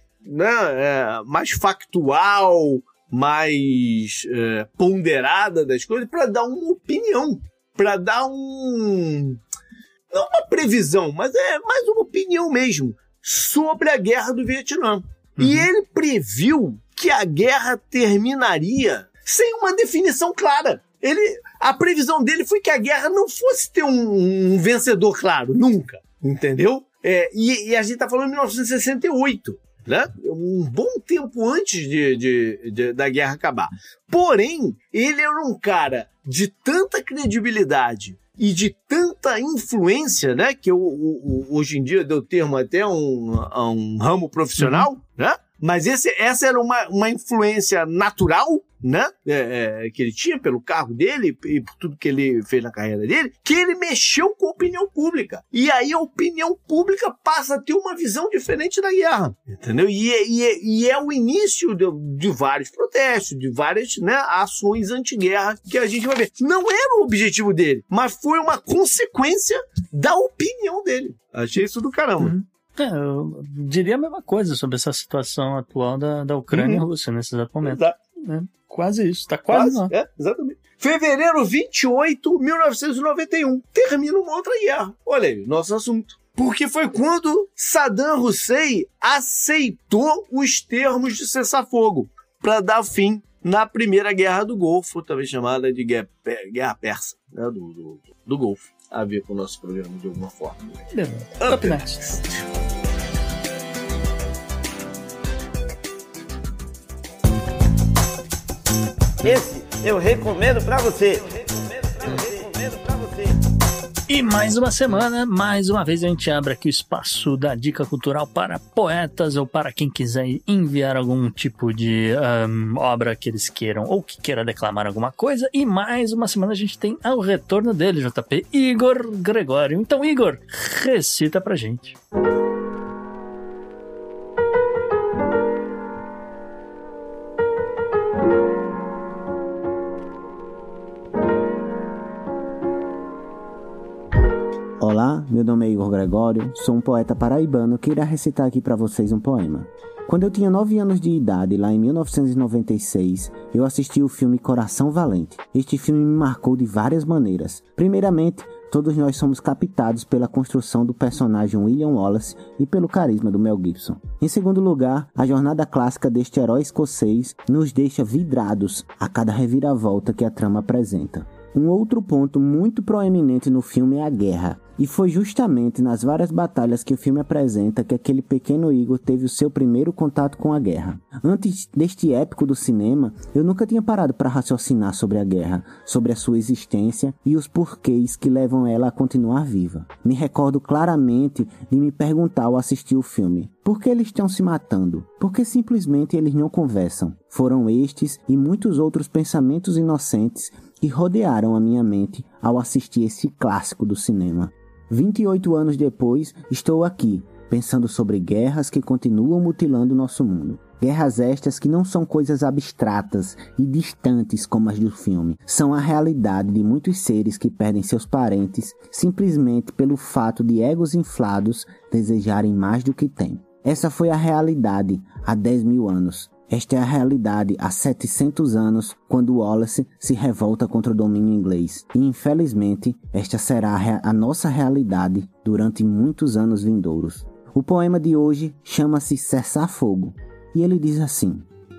factual, mais ponderada das coisas, para dar uma opinião, para dar não uma previsão, mas é mais uma opinião mesmo, sobre a guerra do Vietnã. E ele previu que a guerra terminaria sem uma definição clara. A previsão dele foi que a guerra não fosse ter um vencedor claro, nunca, entendeu? E a gente está falando de 1968. Né? Um bom tempo antes da guerra acabar. Porém, ele era um cara de tanta credibilidade e de tanta influência, né? Que hoje em dia deu termo até a um ramo profissional, né? Mas essa era uma influência natural, né? Que ele tinha pelo cargo dele e por tudo que ele fez na carreira dele, que ele mexeu com a opinião pública. E aí a opinião pública passa a ter uma visão diferente da guerra, entendeu? E é o início de vários protestos, de várias, né, ações anti-guerra que a gente vai ver. Não era o objetivo dele, mas foi uma consequência da opinião dele. Achei isso do caramba. Eu diria a mesma coisa sobre essa situação atual da Ucrânia e Rússia nesse exato momento. Exato. Quase isso, tá quase lá. Exatamente. Fevereiro 28, 1991. Termina uma outra guerra. Olha aí, nosso assunto. Porque foi quando Saddam Hussein aceitou os termos de cessar-fogo para dar fim na Primeira Guerra do Golfo, também chamada de Guerra Persa, né, do Golfo. A ver com o nosso programa de alguma forma. Up next. Esse eu recomendo pra você. E mais uma semana, mais uma vez a gente abre aqui o espaço da dica cultural para poetas ou para quem quiser enviar algum tipo de obra que eles queiram ou que queira declamar alguma coisa. E mais uma semana a gente tem o retorno dele, JP, Igor Gregório. Então, Igor, recita pra gente. Olá, meu nome é Igor Gregório, sou um poeta paraibano que irá recitar aqui para vocês um poema. Quando eu tinha 9 anos de idade, lá em 1996, eu assisti o filme Coração Valente. Este filme me marcou de várias maneiras. Primeiramente, todos nós somos captados pela construção do personagem William Wallace e pelo carisma do Mel Gibson. Em segundo lugar, a jornada clássica deste herói escocês nos deixa vidrados a cada reviravolta que a trama apresenta. Um outro ponto muito proeminente no filme é a guerra. E foi justamente nas várias batalhas que o filme apresenta que aquele pequeno Igor teve o seu primeiro contato com a guerra. Antes deste épico do cinema, eu nunca tinha parado para raciocinar sobre a guerra, sobre a sua existência e os porquês que levam ela a continuar viva. Me recordo claramente de me perguntar ao assistir o filme: por que eles estão se matando? Por que simplesmente eles não conversam? Foram estes e muitos outros pensamentos inocentes que rodearam a minha mente ao assistir esse clássico do cinema. 28 anos depois, estou aqui, pensando sobre guerras que continuam mutilando nosso mundo. Guerras estas que não são coisas abstratas e distantes como as do filme. São a realidade de muitos seres que perdem seus parentes simplesmente pelo fato de egos inflados desejarem mais do que têm. Essa foi a realidade há 10 mil anos. Esta é a realidade há 700 anos, quando Wallace se revolta contra o domínio inglês. E, infelizmente, esta será a nossa realidade durante muitos anos vindouros. O poema de hoje chama-se Cessar Fogo, e ele diz assim: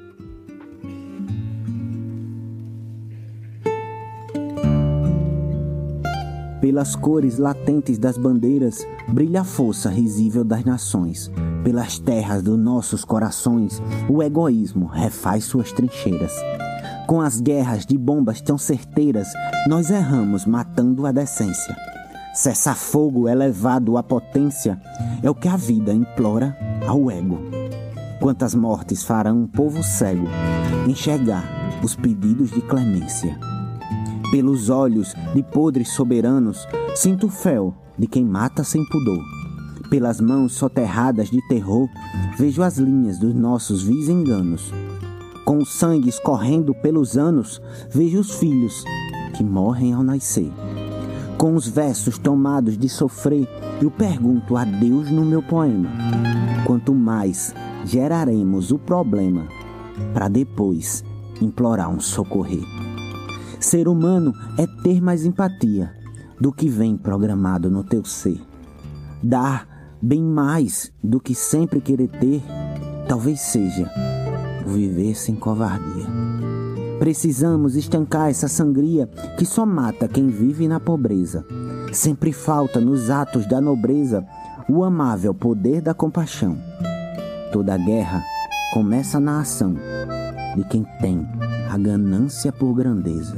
pelas cores latentes das bandeiras, brilha a força risível das nações. Pelas terras dos nossos corações, o egoísmo refaz suas trincheiras. Com as guerras de bombas tão certeiras, nós erramos matando a decência. Cessar fogo elevado à potência é o que a vida implora ao ego. Quantas mortes farão um povo cego enxergar os pedidos de clemência? Pelos olhos de podres soberanos, sinto o fel de quem mata sem pudor. Pelas mãos soterradas de terror, vejo as linhas dos nossos vis enganos. Com o sangue escorrendo pelos anos, vejo os filhos que morrem ao nascer. Com os versos tomados de sofrer, eu pergunto a Deus no meu poema: quanto mais geraremos o problema, para depois implorar um socorrer. Ser humano é ter mais empatia do que vem programado no teu ser. Dar bem mais do que sempre querer ter, talvez seja o viver sem covardia. Precisamos estancar essa sangria que só mata quem vive na pobreza. Sempre falta nos atos da nobreza o amável poder da compaixão. Toda guerra começa na ação de quem tem a ganância por grandeza.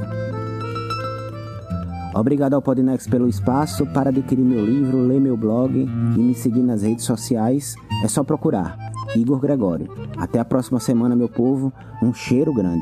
Obrigado ao Podnext pelo espaço. Para adquirir meu livro, ler meu blog e me seguir nas redes sociais, é só procurar Igor Gregório. Até a próxima semana, meu povo. Um cheiro grande.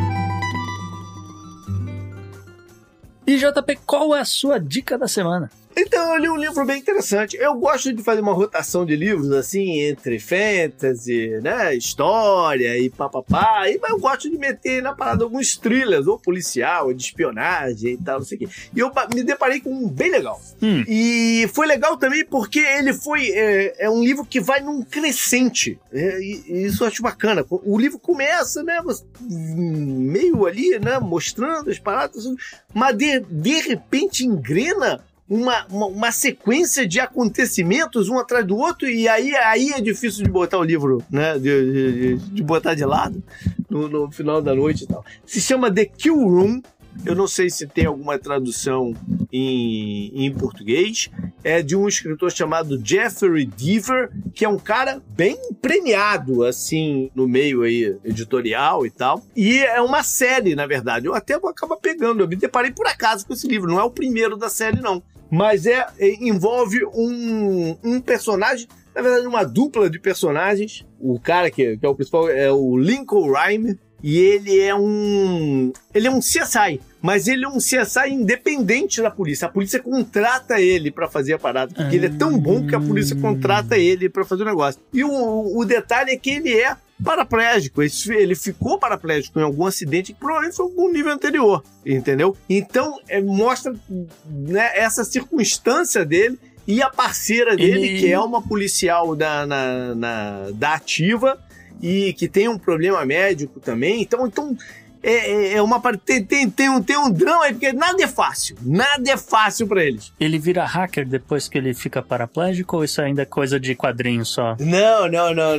E JP, qual é a sua dica da semana? Então, eu li um livro bem interessante. Eu gosto de fazer uma rotação de livros, assim, entre fantasy, né, história e papapá. Mas eu gosto de meter na parada alguns thrillers, ou policial, ou de espionagem e tal, não sei o quê. E eu me deparei com um bem legal. E foi legal também porque ele foi... É um livro que vai num crescente. E isso eu acho bacana. O livro começa, né, meio ali, né, mostrando as paradas, mas de repente engrena uma sequência de acontecimentos um atrás do outro, e aí é difícil de botar o livro, né, de botar de lado no final da noite e tal. Se chama The Kill Room. Eu não sei se tem alguma tradução em português. É de um escritor chamado Jeffrey Deaver, que é um cara bem premiado, assim, no meio aí editorial e tal. E é uma série, na verdade. Eu até vou acabar pegando. Eu me deparei por acaso com esse livro. Não é o primeiro da série, não. Mas envolve um personagem, na verdade, uma dupla de personagens. O cara que é o principal é o Lincoln Rhyme. E ele é um CSI, mas ele é um CSI independente da polícia. A polícia contrata ele pra fazer a parada, porque ele é tão bom que a polícia contrata ele pra fazer o negócio. E o detalhe é que ele é paraplégico. Ele ficou paraplégico em algum acidente que provavelmente foi algum nível anterior, entendeu? Então, mostra, né, essa circunstância dele e a parceira dele, que é uma policial da ativa, e que tem um problema médico também. Então é uma parte. Tem um drama aí, porque nada é fácil pra eles. Ele vira hacker depois que ele fica paraplégico, ou isso ainda é coisa de quadrinho só? Não.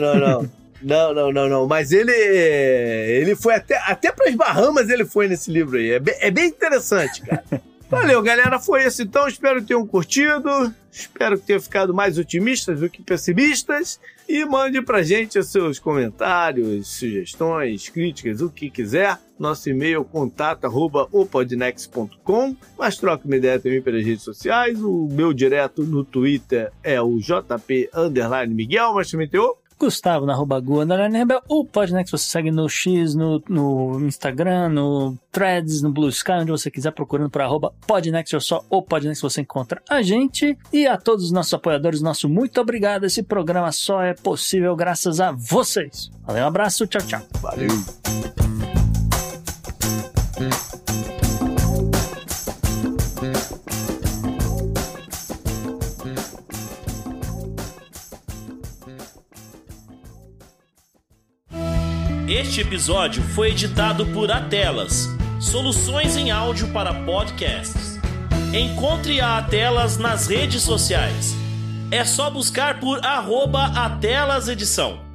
Não. Mas ele foi até pras Bahamas, ele foi nesse livro aí. É bem interessante, cara. Valeu, galera. Foi isso então. Espero que tenham curtido. Espero que tenham ficado mais otimistas do que pessimistas. E mande pra gente os seus comentários, sugestões, críticas, o que quiser. Nosso e-mail contato@opodnext.com. Mas troca uma ideia também pelas redes sociais. O meu direto no Twitter é o JP_Miguel, mas também tem o Gustavo na @Gu_Rebel. O Podnext você segue no X, no Instagram, no Threads, no Blue Sky, onde você quiser, procurando por @Podnext ou só o Podnext você encontra a gente. E a todos os nossos apoiadores, nosso muito obrigado. Esse programa só é possível graças a vocês. Valeu, um abraço, tchau, tchau. Valeu. Este episódio foi editado por Atelas, soluções em áudio para podcasts. Encontre a Atelas nas redes sociais. É só buscar por @AtelasEdição.